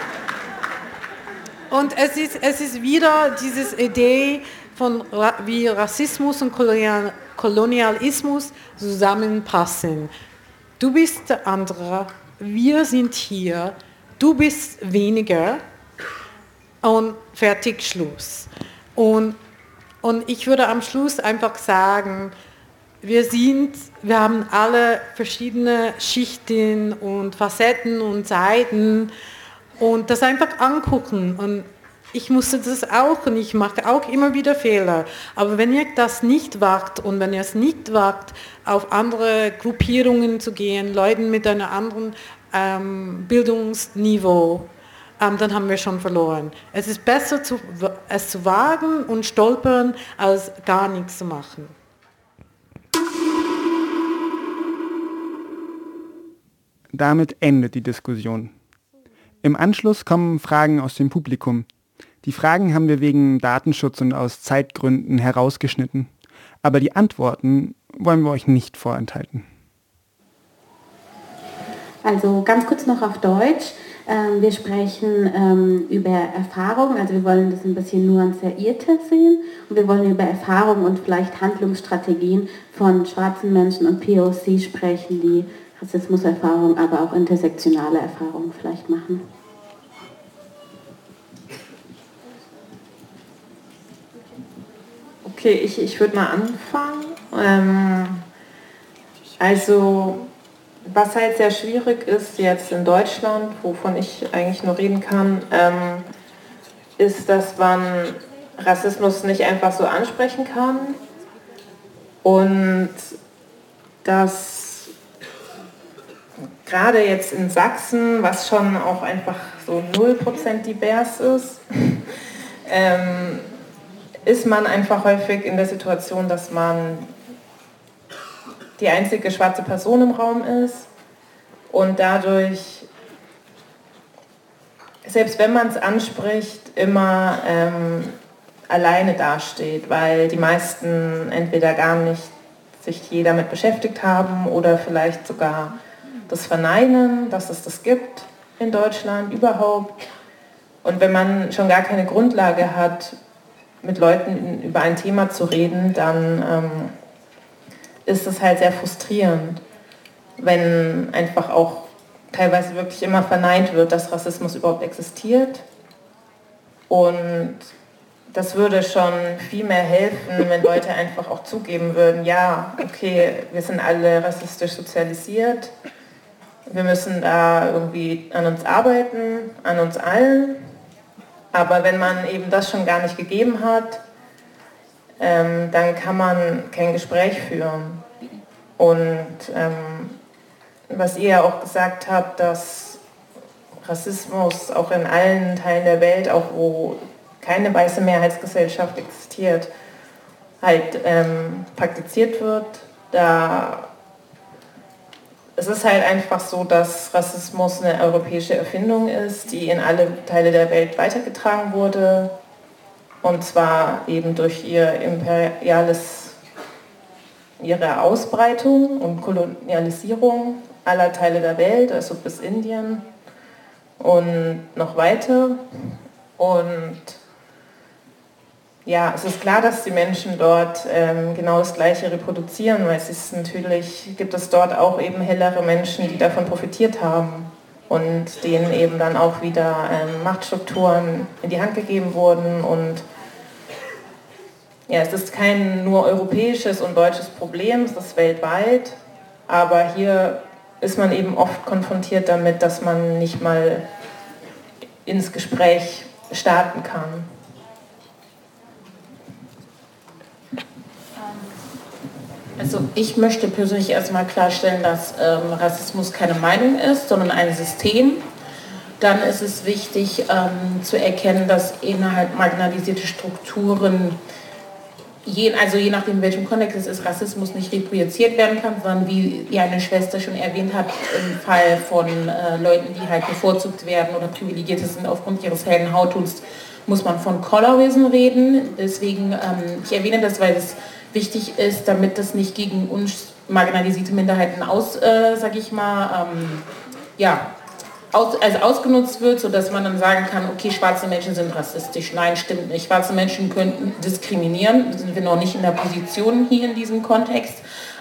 und es ist, es ist wieder diese Idee von wie Rassismus und Kolonial, Kolonialismus zusammenpassen. Du bist der andere, wir sind hier, du bist weniger und fertig, Schluss. Und, und ich würde am Schluss einfach sagen, wir sind, wir haben alle verschiedene Schichten und Facetten und Seiten und das einfach angucken. Und ich musste das auch und ich mache auch immer wieder Fehler. Aber wenn ihr das nicht wagt und wenn ihr es nicht wagt, auf andere Gruppierungen zu gehen, Leuten mit einem anderen ähm, Bildungsniveau, ähm, dann haben wir schon verloren. Es ist besser, zu, es zu wagen und stolpern, als gar nichts zu machen. Damit endet die Diskussion. Im Anschluss kommen Fragen aus dem Publikum. Die Fragen haben wir wegen Datenschutz und aus Zeitgründen herausgeschnitten. Aber die Antworten wollen wir euch nicht vorenthalten. Also ganz kurz noch auf Deutsch. Ähm, wir sprechen ähm, über Erfahrung, also wir wollen das ein bisschen nuancierter sehen und wir wollen über Erfahrung und vielleicht Handlungsstrategien von schwarzen Menschen und P O C sprechen, die Rassismuserfahrung, aber auch intersektionale Erfahrungen vielleicht machen. Okay, ich, ich würde mal anfangen. Ähm, also, was halt sehr schwierig ist jetzt in Deutschland, wovon ich eigentlich nur reden kann, ähm, ist, dass man Rassismus nicht einfach so ansprechen kann und dass gerade jetzt in Sachsen, was schon auch einfach so null Prozent divers ist, ähm, ist man einfach häufig in der Situation, dass man die einzige schwarze Person im Raum ist und dadurch, selbst wenn man es anspricht, immer ähm, alleine dasteht, weil die meisten entweder gar nicht sich je damit beschäftigt haben oder vielleicht sogar das verneinen, dass es das gibt in Deutschland überhaupt. Und wenn man schon gar keine Grundlage hat, mit Leuten über ein Thema zu reden, dann ähm, ist es halt sehr frustrierend, wenn einfach auch teilweise wirklich immer verneint wird, dass Rassismus überhaupt existiert. Und das würde schon viel mehr helfen, wenn Leute einfach auch zugeben würden, ja, okay, wir sind alle rassistisch sozialisiert, wir müssen da irgendwie an uns arbeiten, an uns allen. Aber wenn man eben das schon gar nicht gegeben hat, ähm, dann kann man kein Gespräch führen. Und ähm, was ihr ja auch gesagt habt, dass Rassismus auch in allen Teilen der Welt, auch wo keine weiße Mehrheitsgesellschaft existiert, halt ähm, praktiziert wird, da es ist halt einfach so, dass Rassismus eine europäische Erfindung ist, die in alle Teile der Welt weitergetragen wurde, und zwar eben durch ihr imperiales, ihre Ausbreitung und Kolonialisierung aller Teile der Welt, also bis Indien und noch weiter. Und ja, es ist klar, dass die Menschen dort ähm, genau das Gleiche reproduzieren, weil es ist natürlich, gibt es dort auch eben hellere Menschen, die davon profitiert haben und denen eben dann auch wieder ähm, Machtstrukturen in die Hand gegeben wurden. Und ja, es ist kein nur europäisches und deutsches Problem, es ist weltweit, aber hier ist man eben oft konfrontiert damit, dass man nicht mal ins Gespräch starten kann. Also ich möchte persönlich erstmal klarstellen, dass ähm, Rassismus keine Meinung ist, sondern ein System. Dann ist es wichtig ähm, zu erkennen, dass innerhalb marginalisierte Strukturen, je, also je nachdem in welchem Kontext es ist, Rassismus nicht reprojiziert werden kann, sondern wie ja eine Schwester schon erwähnt hat, im Fall von äh, Leuten, die halt bevorzugt werden oder privilegiert sind aufgrund ihres hellen Hauttones, muss man von Colorism reden. Deswegen, ähm, ich erwähne das, weil es wichtig ist, damit das nicht gegen uns marginalisierte Minderheiten aus, äh, sag ich mal, ähm, ja, aus, also ausgenutzt wird, sodass man dann sagen kann, okay, schwarze Menschen sind rassistisch. Nein, stimmt nicht. Schwarze Menschen könnten diskriminieren, sind wir noch nicht in der Position hier in diesem Kontext.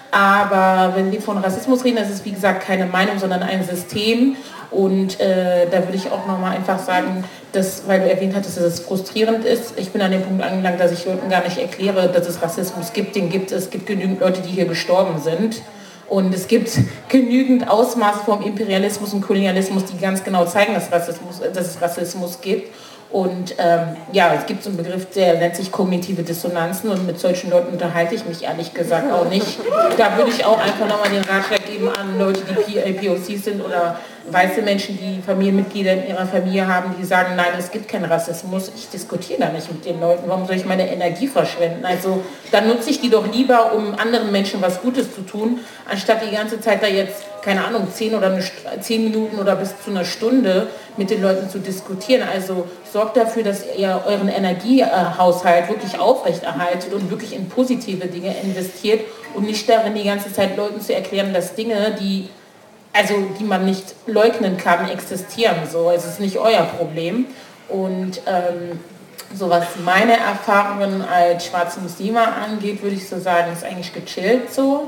Aber wenn wir von Rassismus reden, ist es wie gesagt keine Meinung, sondern ein System. Und äh, da würde ich auch nochmal einfach sagen, dass, weil du erwähnt hattest, dass es frustrierend ist. Ich bin an dem Punkt angelangt, dass ich Leuten gar nicht erkläre, dass es Rassismus gibt. Den gibt es. Es gibt genügend Leute, die hier gestorben sind. Und es gibt genügend Ausmaße vom Imperialismus und Kolonialismus, die ganz genau zeigen, dass, Rassismus, dass es Rassismus gibt. Und ähm, ja, es gibt so einen Begriff, der nennt sich kognitive Dissonanzen, und mit solchen Leuten unterhalte ich mich ehrlich gesagt auch nicht. Da würde ich auch einfach nochmal den Ratschlag geben an Leute, die P O Cs sind oder weiße Menschen, die Familienmitglieder in ihrer Familie haben, die sagen, nein, es gibt keinen Rassismus. Ich diskutiere da nicht mit den Leuten. Warum soll ich meine Energie verschwenden? Also dann nutze ich die doch lieber, um anderen Menschen was Gutes zu tun, anstatt die ganze Zeit da jetzt, keine Ahnung, zehn oder eine, zehn Minuten oder bis zu einer Stunde mit den Leuten zu diskutieren. Also sorgt dafür, dass ihr euren Energiehaushalt wirklich aufrechterhaltet und wirklich in positive Dinge investiert und nicht darin, die ganze Zeit Leuten zu erklären, dass Dinge, die also die man nicht leugnen kann, existieren. So, es ist nicht euer Problem. Und ähm, so was meine Erfahrungen als schwarze Muslime angeht, würde ich so sagen, ist eigentlich gechillt so.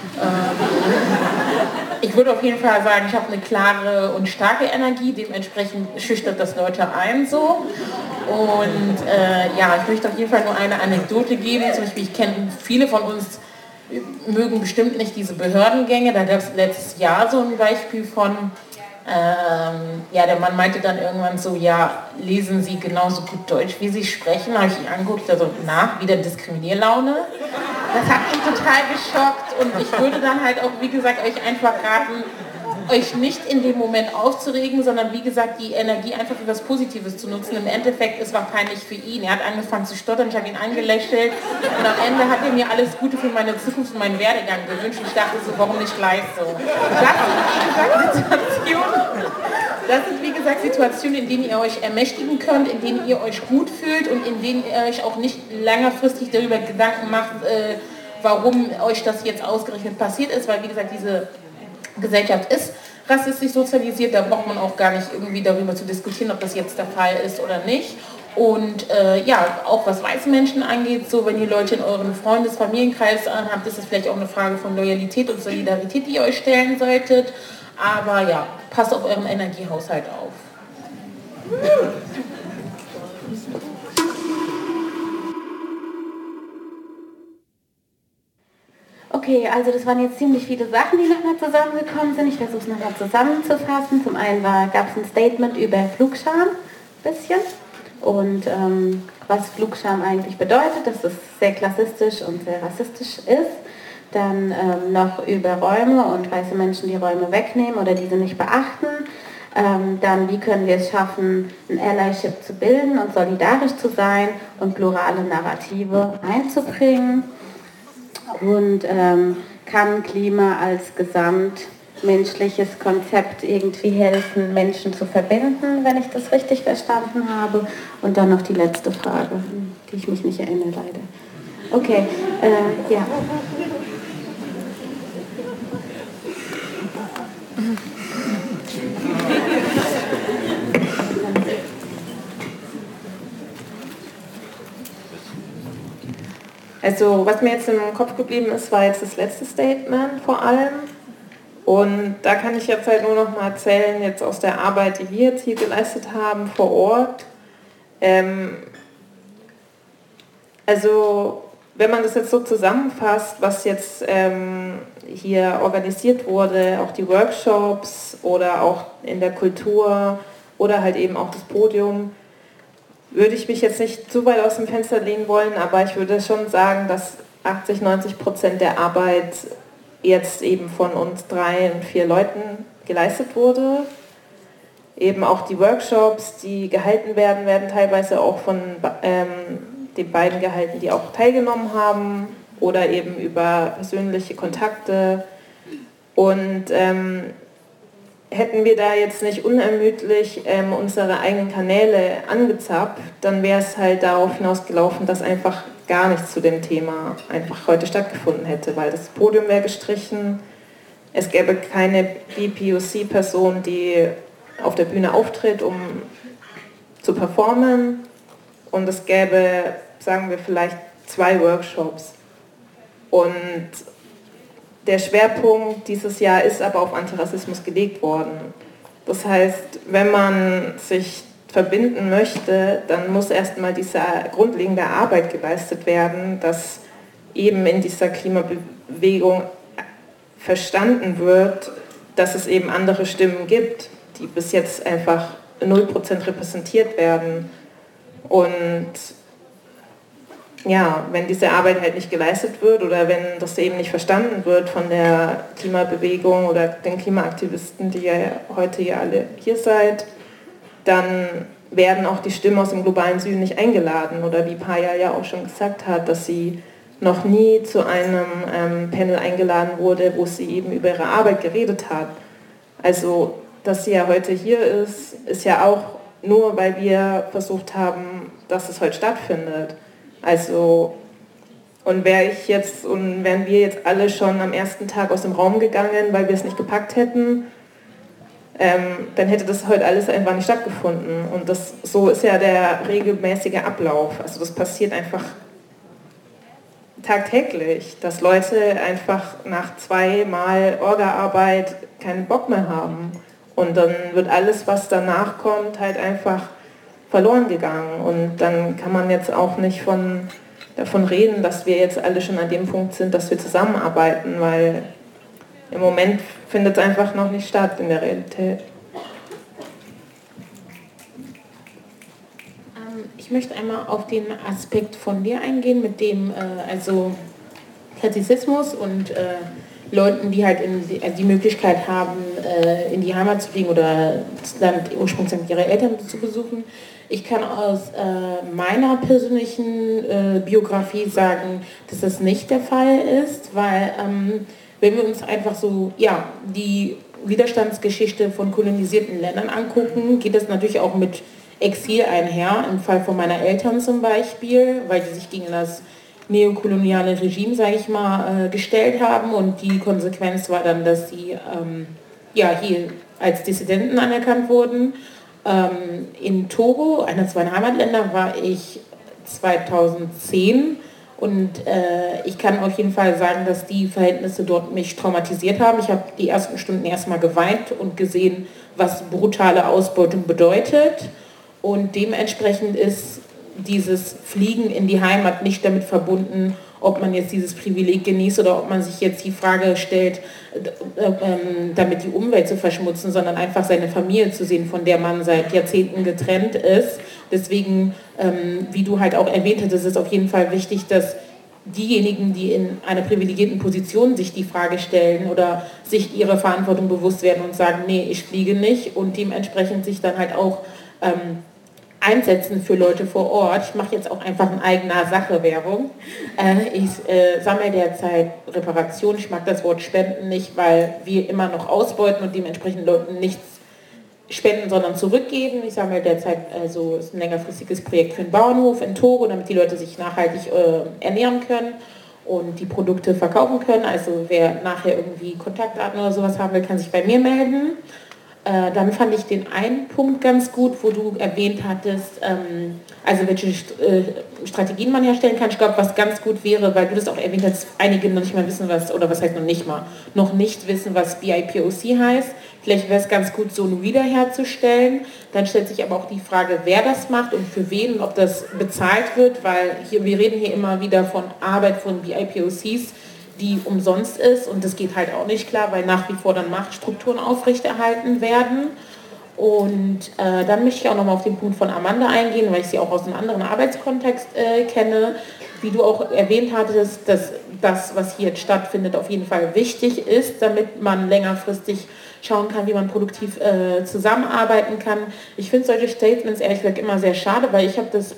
Ähm, ich würde auf jeden Fall sagen, ich habe eine klare und starke Energie, dementsprechend schüchtert das Leute ein so. Und äh, ja, ich möchte auf jeden Fall nur eine Anekdote geben. Zum Beispiel, ich kenne viele von uns, mögen bestimmt nicht diese Behördengänge. Da gab es letztes Jahr so ein Beispiel von, ähm, ja, der Mann meinte dann irgendwann so, ja, lesen Sie genauso gut Deutsch, wie Sie sprechen. Da habe ich ihn angeguckt, also nach, wieder Diskriminierlaune. Das hat mich total geschockt, und ich würde dann halt auch, wie gesagt, euch einfach raten, euch nicht in dem Moment aufzuregen, sondern wie gesagt, die Energie einfach für was Positives zu nutzen. Im Endeffekt, es war peinlich für ihn. Er hat angefangen zu stottern, ich habe ihn angelächelt, und am Ende hat er mir alles Gute für meine Zukunft und meinen Werdegang gewünscht. Ich dachte so, warum nicht gleich so? Das sind, wie gesagt, Situationen, das sind, wie gesagt, Situationen, in denen ihr euch ermächtigen könnt, in denen ihr euch gut fühlt und in denen ihr euch auch nicht längerfristig darüber Gedanken macht, äh, warum euch das jetzt ausgerechnet passiert ist, weil wie gesagt, diese Gesellschaft ist rassistisch sozialisiert, da braucht man auch gar nicht irgendwie darüber zu diskutieren, ob das jetzt der Fall ist oder nicht. Und äh, ja, auch was weiße Menschen angeht, so wenn ihr Leute in euren Freundes-, Familienkreis habt, ist es vielleicht auch eine Frage von Loyalität und Solidarität, die ihr euch stellen solltet. Aber ja, passt auf euren Energiehaushalt auf. Okay, also das waren jetzt ziemlich viele Sachen, die nochmal zusammengekommen sind. Ich versuche es nochmal zusammenzufassen. Zum einen gab es ein Statement über Flugscham, bisschen. Und ähm, was Flugscham eigentlich bedeutet, dass es sehr klassistisch und sehr rassistisch ist. Dann ähm, noch über Räume und weiße Menschen, die Räume wegnehmen oder diese nicht beachten. Ähm, dann, wie können wir es schaffen, ein Allyship zu bilden und solidarisch zu sein und plurale Narrative einzubringen. Und ähm, kann Klima als gesamtmenschliches Konzept irgendwie helfen, Menschen zu verbinden, wenn ich das richtig verstanden habe. Und dann noch die letzte Frage, die ich mich nicht erinnere, leider. Okay, äh, ja. Also was mir jetzt im Kopf geblieben ist, war jetzt das letzte Statement vor allem. Und da kann ich jetzt halt nur noch mal erzählen, jetzt aus der Arbeit, die wir jetzt hier geleistet haben vor Ort. Ähm, also wenn man das jetzt so zusammenfasst, was jetzt ähm, hier organisiert wurde, auch die Workshops oder auch in der Kultur oder halt eben auch das Podium, würde ich mich jetzt nicht zu weit aus dem Fenster lehnen wollen, aber ich würde schon sagen, dass achtzig, neunzig Prozent der Arbeit jetzt eben von uns drei und vier Leuten geleistet wurde. Eben auch die Workshops, die gehalten werden, werden teilweise auch von ähm, den beiden gehalten, die auch teilgenommen haben oder eben über persönliche Kontakte. Und ähm, hätten wir da jetzt nicht unermüdlich ähm, unsere eigenen Kanäle angezapft, dann wäre es halt darauf hinausgelaufen, dass einfach gar nichts zu dem Thema einfach heute stattgefunden hätte, weil das Podium wäre gestrichen, es gäbe keine B P O C-Person, die auf der Bühne auftritt, um zu performen, und es gäbe, sagen wir, vielleicht zwei Workshops. Und der Schwerpunkt dieses Jahr ist aber auf Antirassismus gelegt worden. Das heißt, wenn man sich verbinden möchte, dann muss erstmal diese grundlegende Arbeit geleistet werden, dass eben in dieser Klimabewegung verstanden wird, dass es eben andere Stimmen gibt, die bis jetzt einfach null Prozent repräsentiert werden. Und ja, wenn diese Arbeit halt nicht geleistet wird oder wenn das eben nicht verstanden wird von der Klimabewegung oder den Klimaaktivisten, die ja heute hier alle hier seid, dann werden auch die Stimmen aus dem globalen Süden nicht eingeladen. Oder wie Paya ja auch schon gesagt hat, dass sie noch nie zu einem ähm, Panel eingeladen wurde, wo sie eben über ihre Arbeit geredet hat. Also, dass sie ja heute hier ist, ist ja auch nur, weil wir versucht haben, dass es heute stattfindet. Also, und wäre ich jetzt und wären wir jetzt alle schon am ersten Tag aus dem Raum gegangen, weil wir es nicht gepackt hätten, ähm, dann hätte das heute alles einfach nicht stattgefunden. Und das, so ist ja der regelmäßige Ablauf. Also das passiert einfach tagtäglich, dass Leute einfach nach zweimal Orga-Arbeit keinen Bock mehr haben. Und dann wird alles, was danach kommt, halt einfach verloren gegangen. Und dann kann man jetzt auch nicht von, davon reden, dass wir jetzt alle schon an dem Punkt sind, dass wir zusammenarbeiten, weil im Moment findet es einfach noch nicht statt in der Realität. Ich möchte einmal auf den Aspekt von dir eingehen, mit dem äh, also Klassizismus und äh, Leuten, die halt in die, also die Möglichkeit haben, äh, in die Heimat zu fliegen oder das Land Ursprungsland ihrer Eltern zu besuchen. Ich kann aus äh, meiner persönlichen äh, Biografie sagen, dass das nicht der Fall ist, weil ähm, wenn wir uns einfach so ja, die Widerstandsgeschichte von kolonisierten Ländern angucken, geht das natürlich auch mit Exil einher, im Fall von meiner Eltern zum Beispiel, weil sie sich gegen das neokoloniale Regime, sage ich mal, äh, gestellt haben. Und die Konsequenz war dann, dass sie ähm, ja, hier als Dissidenten anerkannt wurden. Ähm, in Togo, eines meiner Heimatländer, war ich zweitausendzehn. Und äh, ich kann auf jeden Fall sagen, dass die Verhältnisse dort mich traumatisiert haben. Ich habe die ersten Stunden erstmal geweint und gesehen, was brutale Ausbeutung bedeutet. Und dementsprechend ist dieses Fliegen in die Heimat nicht damit verbunden, ob man jetzt dieses Privileg genießt oder ob man sich jetzt die Frage stellt, äh, damit die Umwelt zu verschmutzen, sondern einfach seine Familie zu sehen, von der man seit Jahrzehnten getrennt ist. Deswegen, ähm, wie du halt auch erwähnt hast, ist es auf jeden Fall wichtig, dass diejenigen, die in einer privilegierten Position sich die Frage stellen oder sich ihrer Verantwortung bewusst werden und sagen, nee, ich fliege nicht, und dementsprechend sich dann halt auch ähm, einsetzen für Leute vor Ort. Ich mache jetzt auch einfach in eigener Sache Werbung. Äh, ich äh, sammle derzeit Reparation. Ich mag das Wort Spenden nicht, weil wir immer noch ausbeuten und dementsprechend Leuten nichts spenden, sondern zurückgeben. Ich sammle derzeit, also ist ein längerfristiges Projekt für einen Bauernhof in Togo, damit die Leute sich nachhaltig äh, ernähren können und die Produkte verkaufen können. Also wer nachher irgendwie Kontaktdaten oder sowas haben will, kann sich bei mir melden. Äh, dann fand ich den einen Punkt ganz gut, wo du erwähnt hattest, ähm, also welche St äh, Strategien man herstellen kann. Ich glaube, was ganz gut wäre, weil du das auch erwähnt hast, einige noch nicht mal wissen, was, oder was heißt noch nicht mal, noch nicht wissen, was B I P O C heißt. Vielleicht wäre es ganz gut, so einen Reader herzustellen. Dann stellt sich aber auch die Frage, wer das macht und für wen und ob das bezahlt wird, weil hier, wir reden hier immer wieder von Arbeit von B I P O Cs, die umsonst ist, und das geht halt auch nicht klar, weil nach wie vor dann Machtstrukturen aufrechterhalten werden. Und äh, dann möchte ich auch nochmal auf den Punkt von Amanda eingehen, weil ich sie auch aus einem anderen Arbeitskontext äh, kenne. Wie du auch erwähnt hattest, dass das, was hier jetzt stattfindet, auf jeden Fall wichtig ist, damit man längerfristig schauen kann, wie man produktiv äh, zusammenarbeiten kann. Ich finde solche Statements ehrlich gesagt immer sehr schade, weil ich habe das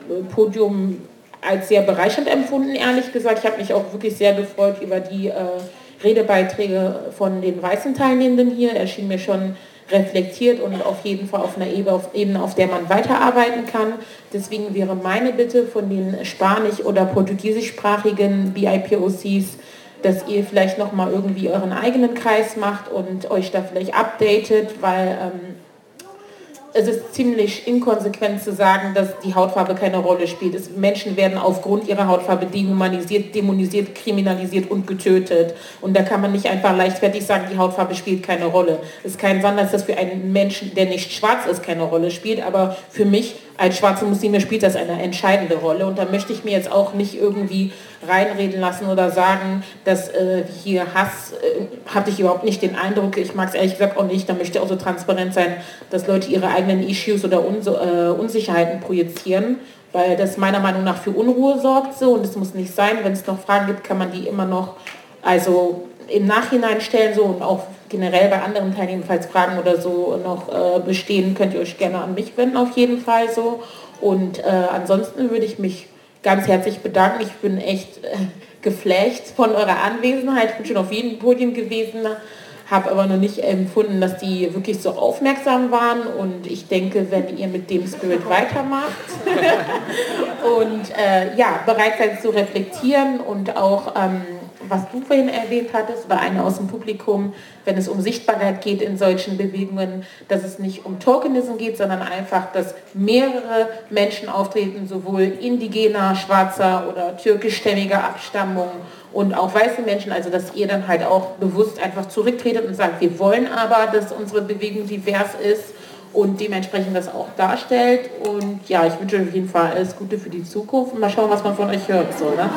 Podium als sehr bereichernd empfunden, ehrlich gesagt. Ich habe mich auch wirklich sehr gefreut über die äh, Redebeiträge von den weißen Teilnehmenden hier. Er schien mir schon reflektiert und auf jeden Fall auf einer Ebene, auf der man weiterarbeiten kann. Deswegen wäre meine Bitte von den spanisch- oder portugiesischsprachigen B I P O Cs, dass ihr vielleicht nochmal irgendwie euren eigenen Kreis macht und euch da vielleicht updatet, weil ähm, es ist ziemlich inkonsequent zu sagen, dass die Hautfarbe keine Rolle spielt. Es, Menschen werden aufgrund ihrer Hautfarbe dehumanisiert, dämonisiert, kriminalisiert und getötet. Und da kann man nicht einfach leichtfertig sagen, die Hautfarbe spielt keine Rolle. Es kann sein, dass das für einen Menschen, der nicht schwarz ist, keine Rolle spielt, aber für mich als schwarze Muslime spielt das eine entscheidende Rolle. Und da möchte ich mir jetzt auch nicht irgendwie reinreden lassen oder sagen, dass äh, hier Hass, äh, hatte ich überhaupt nicht den Eindruck, ich mag es ehrlich gesagt auch nicht, da möchte ich auch so transparent sein, dass Leute ihre eigenen Issues oder Un äh, Unsicherheiten projizieren, weil das meiner Meinung nach für Unruhe sorgt so, und es muss nicht sein. Wenn es noch Fragen gibt, kann man die immer noch also im Nachhinein stellen so, und auch generell bei anderen Teilnehmern, falls Fragen oder so noch äh, bestehen, könnt ihr euch gerne an mich wenden auf jeden Fall so. Und äh, ansonsten würde ich mich ganz herzlich bedanken. Ich bin echt äh, geflasht von eurer Anwesenheit. Ich bin schon auf jedem Podium gewesen, habe aber noch nicht empfunden, dass die wirklich so aufmerksam waren, und ich denke, wenn ihr mit dem Spirit weitermacht und äh, ja, bereit seid zu reflektieren und auch ähm, was du vorhin erwähnt hattest, oder einer aus dem Publikum, wenn es um Sichtbarkeit geht in solchen Bewegungen, dass es nicht um Tokenism geht, sondern einfach, dass mehrere Menschen auftreten, sowohl indigener, schwarzer oder türkischstämmiger Abstammung und auch weiße Menschen, also dass ihr dann halt auch bewusst einfach zurücktretet und sagt, wir wollen aber, dass unsere Bewegung divers ist und dementsprechend das auch darstellt. Und ja, ich wünsche euch auf jeden Fall alles Gute für die Zukunft und mal schauen, was man von euch hört. So, ne?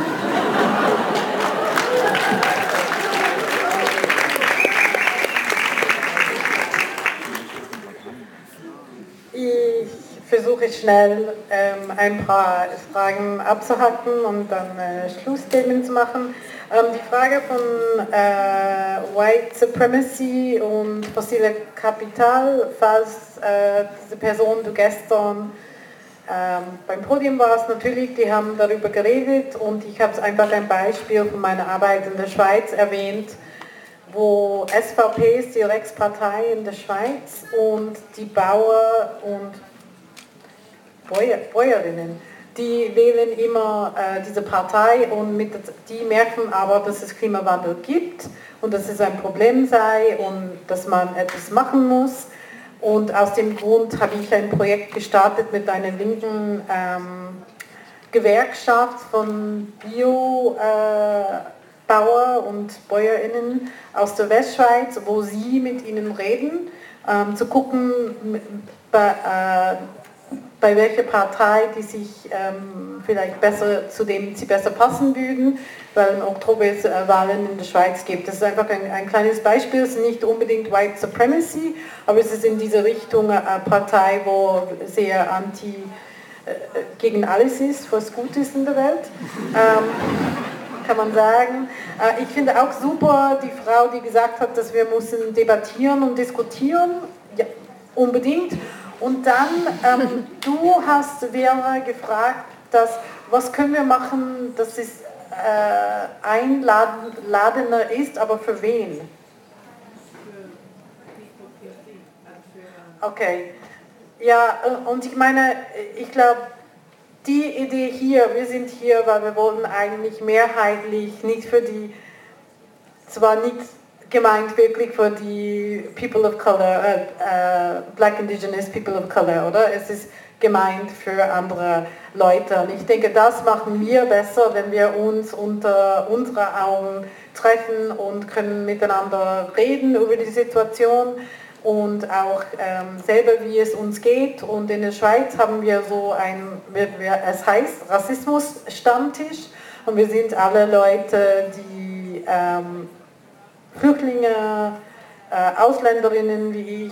Ich versuche schnell ähm, ein paar Fragen abzuhacken und dann äh, Schlussstatement zu machen. Ähm, die Frage von äh, White Supremacy und fossile Kapital, falls äh, diese Person, du gestern ähm, beim Podium warst, natürlich, die haben darüber geredet, und ich habe einfach ein Beispiel von meiner Arbeit in der Schweiz erwähnt, wo S V P ist die Rechtspartei in der Schweiz, und die Bauer und Bäuer, Bäuerinnen die wählen immer äh, diese Partei und mit, die merken aber, dass es Klimawandel gibt und dass es ein Problem sei und dass man etwas machen muss. Und aus dem Grund habe ich ein Projekt gestartet mit einer linken ähm, Gewerkschaft von Biobauer äh, und BäuerInnen aus der Westschweiz, wo sie mit ihnen reden, ähm, zu gucken, bei, äh, bei welcher Partei die sich ähm, vielleicht besser, zu dem sie besser passen würden, weil im Oktober es äh, Wahlen in der Schweiz gibt. Das ist einfach ein, ein kleines Beispiel, es ist nicht unbedingt White Supremacy, aber es ist in diese Richtung eine Partei, wo sehr anti, äh, gegen alles ist, was gut ist in der Welt. Ähm, kann man sagen. Äh, ich finde auch super die Frau, die gesagt hat, dass wir müssen debattieren und diskutieren, ja, unbedingt. Und dann, ähm, du hast Vera gefragt, dass, was können wir machen, dass es äh, einladender ist, aber für wen? Okay. Ja, und ich meine, ich glaube, die Idee hier, wir sind hier, weil wir wollen eigentlich mehrheitlich nicht für die, zwar nicht gemeint wirklich für die People of Color, äh, äh, Black Indigenous People of Color, oder? Es ist gemeint für andere Leute. Und ich denke, das machen wir besser, wenn wir uns unter unseren Augen treffen und können miteinander reden über die Situation und auch ähm, selber, wie es uns geht. Und in der Schweiz haben wir so ein, es heißt Rassismus-Stammtisch und wir sind alle Leute, die ähm, Flüchtlinge, äh, Ausländerinnen wie ich,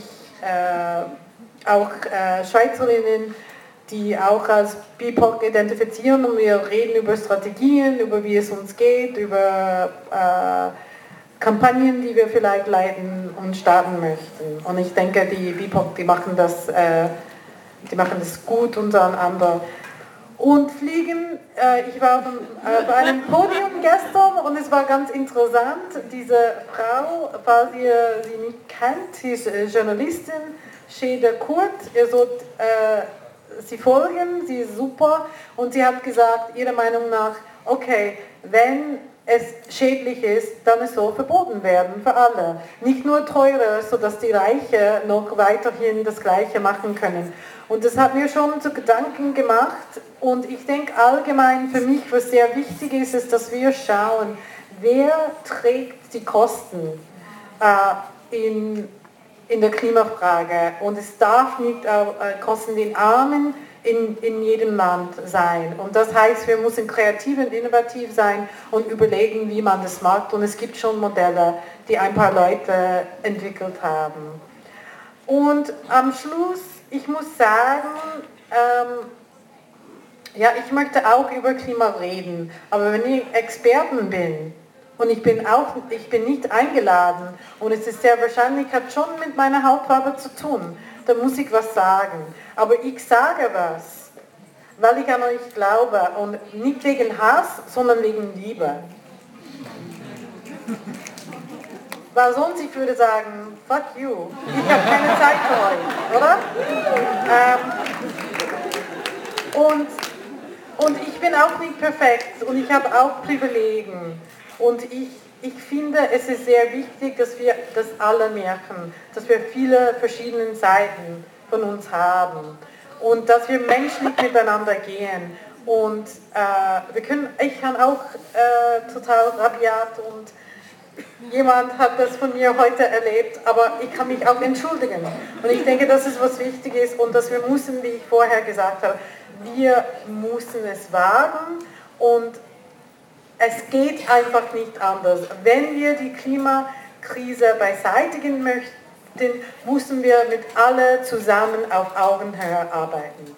äh, auch äh, Schweizerinnen, die auch als B I P O C identifizieren und wir reden über Strategien, über wie es uns geht, über äh, Kampagnen, die wir vielleicht leiten und starten möchten. Und ich denke, die B I P O C, die machen das, äh, die machen das gut untereinander. Und Fliegen, äh, ich war äh, bei einem Podium gestern und es war ganz interessant. Diese Frau, falls ihr sie nicht kennt, sie ist äh, Journalistin, Schede Kurt, ihr sollt äh, sie folgen, sie ist super. Und sie hat gesagt, ihrer Meinung nach, okay, wenn es schädlich ist, dann es soll verboten werden für alle. Nicht nur teurer, sodass die Reichen noch weiterhin das Gleiche machen können. Und das hat mir schon zu Gedanken gemacht und ich denke allgemein für mich, was sehr wichtig ist, ist, dass wir schauen, wer trägt die Kosten äh, in, in der Klimafrage. Und es darf nicht äh, Kosten den Armen in, in jedem Land sein. Und das heißt, wir müssen kreativ und innovativ sein und überlegen, wie man das macht. Und es gibt schon Modelle, die ein paar Leute entwickelt haben. Und am Schluss, ich muss sagen, ähm, ja, ich möchte auch über Klima reden, aber wenn ich Experten bin und ich bin auch, ich bin nicht eingeladen und es ist sehr wahrscheinlich, hat schon mit meiner Hautfarbe zu tun, dann muss ich was sagen. Aber ich sage was, weil ich an euch glaube und nicht wegen Hass, sondern wegen Liebe. Weil sonst, ich würde sagen, fuck you, ich habe keine Zeit für euch, oder? Ähm, und, und ich bin auch nicht perfekt und ich habe auch Privilegien. Und ich, ich finde, es ist sehr wichtig, dass wir das alle merken, dass wir viele verschiedene Seiten von uns haben und dass wir menschlich miteinander gehen. Und äh, wir können, ich kann auch äh, total rabiat und jemand hat das von mir heute erlebt, aber ich kann mich auch entschuldigen. Und ich denke, das ist was Wichtiges und dass wir müssen, wie ich vorher gesagt habe, wir müssen es wagen und es geht einfach nicht anders. Wenn wir die Klimakrise beseitigen möchten, müssen wir mit alle zusammen auf Augenhöhe arbeiten.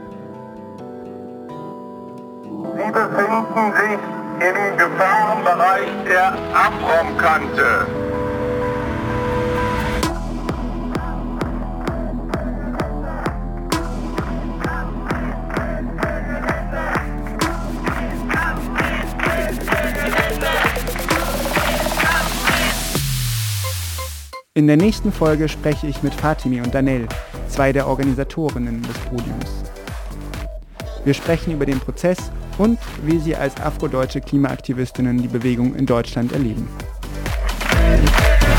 Sie befinden sich im Gefahrenbereich Bereich der Abraumkante. In der nächsten Folge spreche ich mit Fatimi und Danel, zwei der Organisatorinnen des Podiums. Wir sprechen über den Prozess und wie sie als afrodeutsche Klimaaktivistinnen die Bewegung in Deutschland erleben.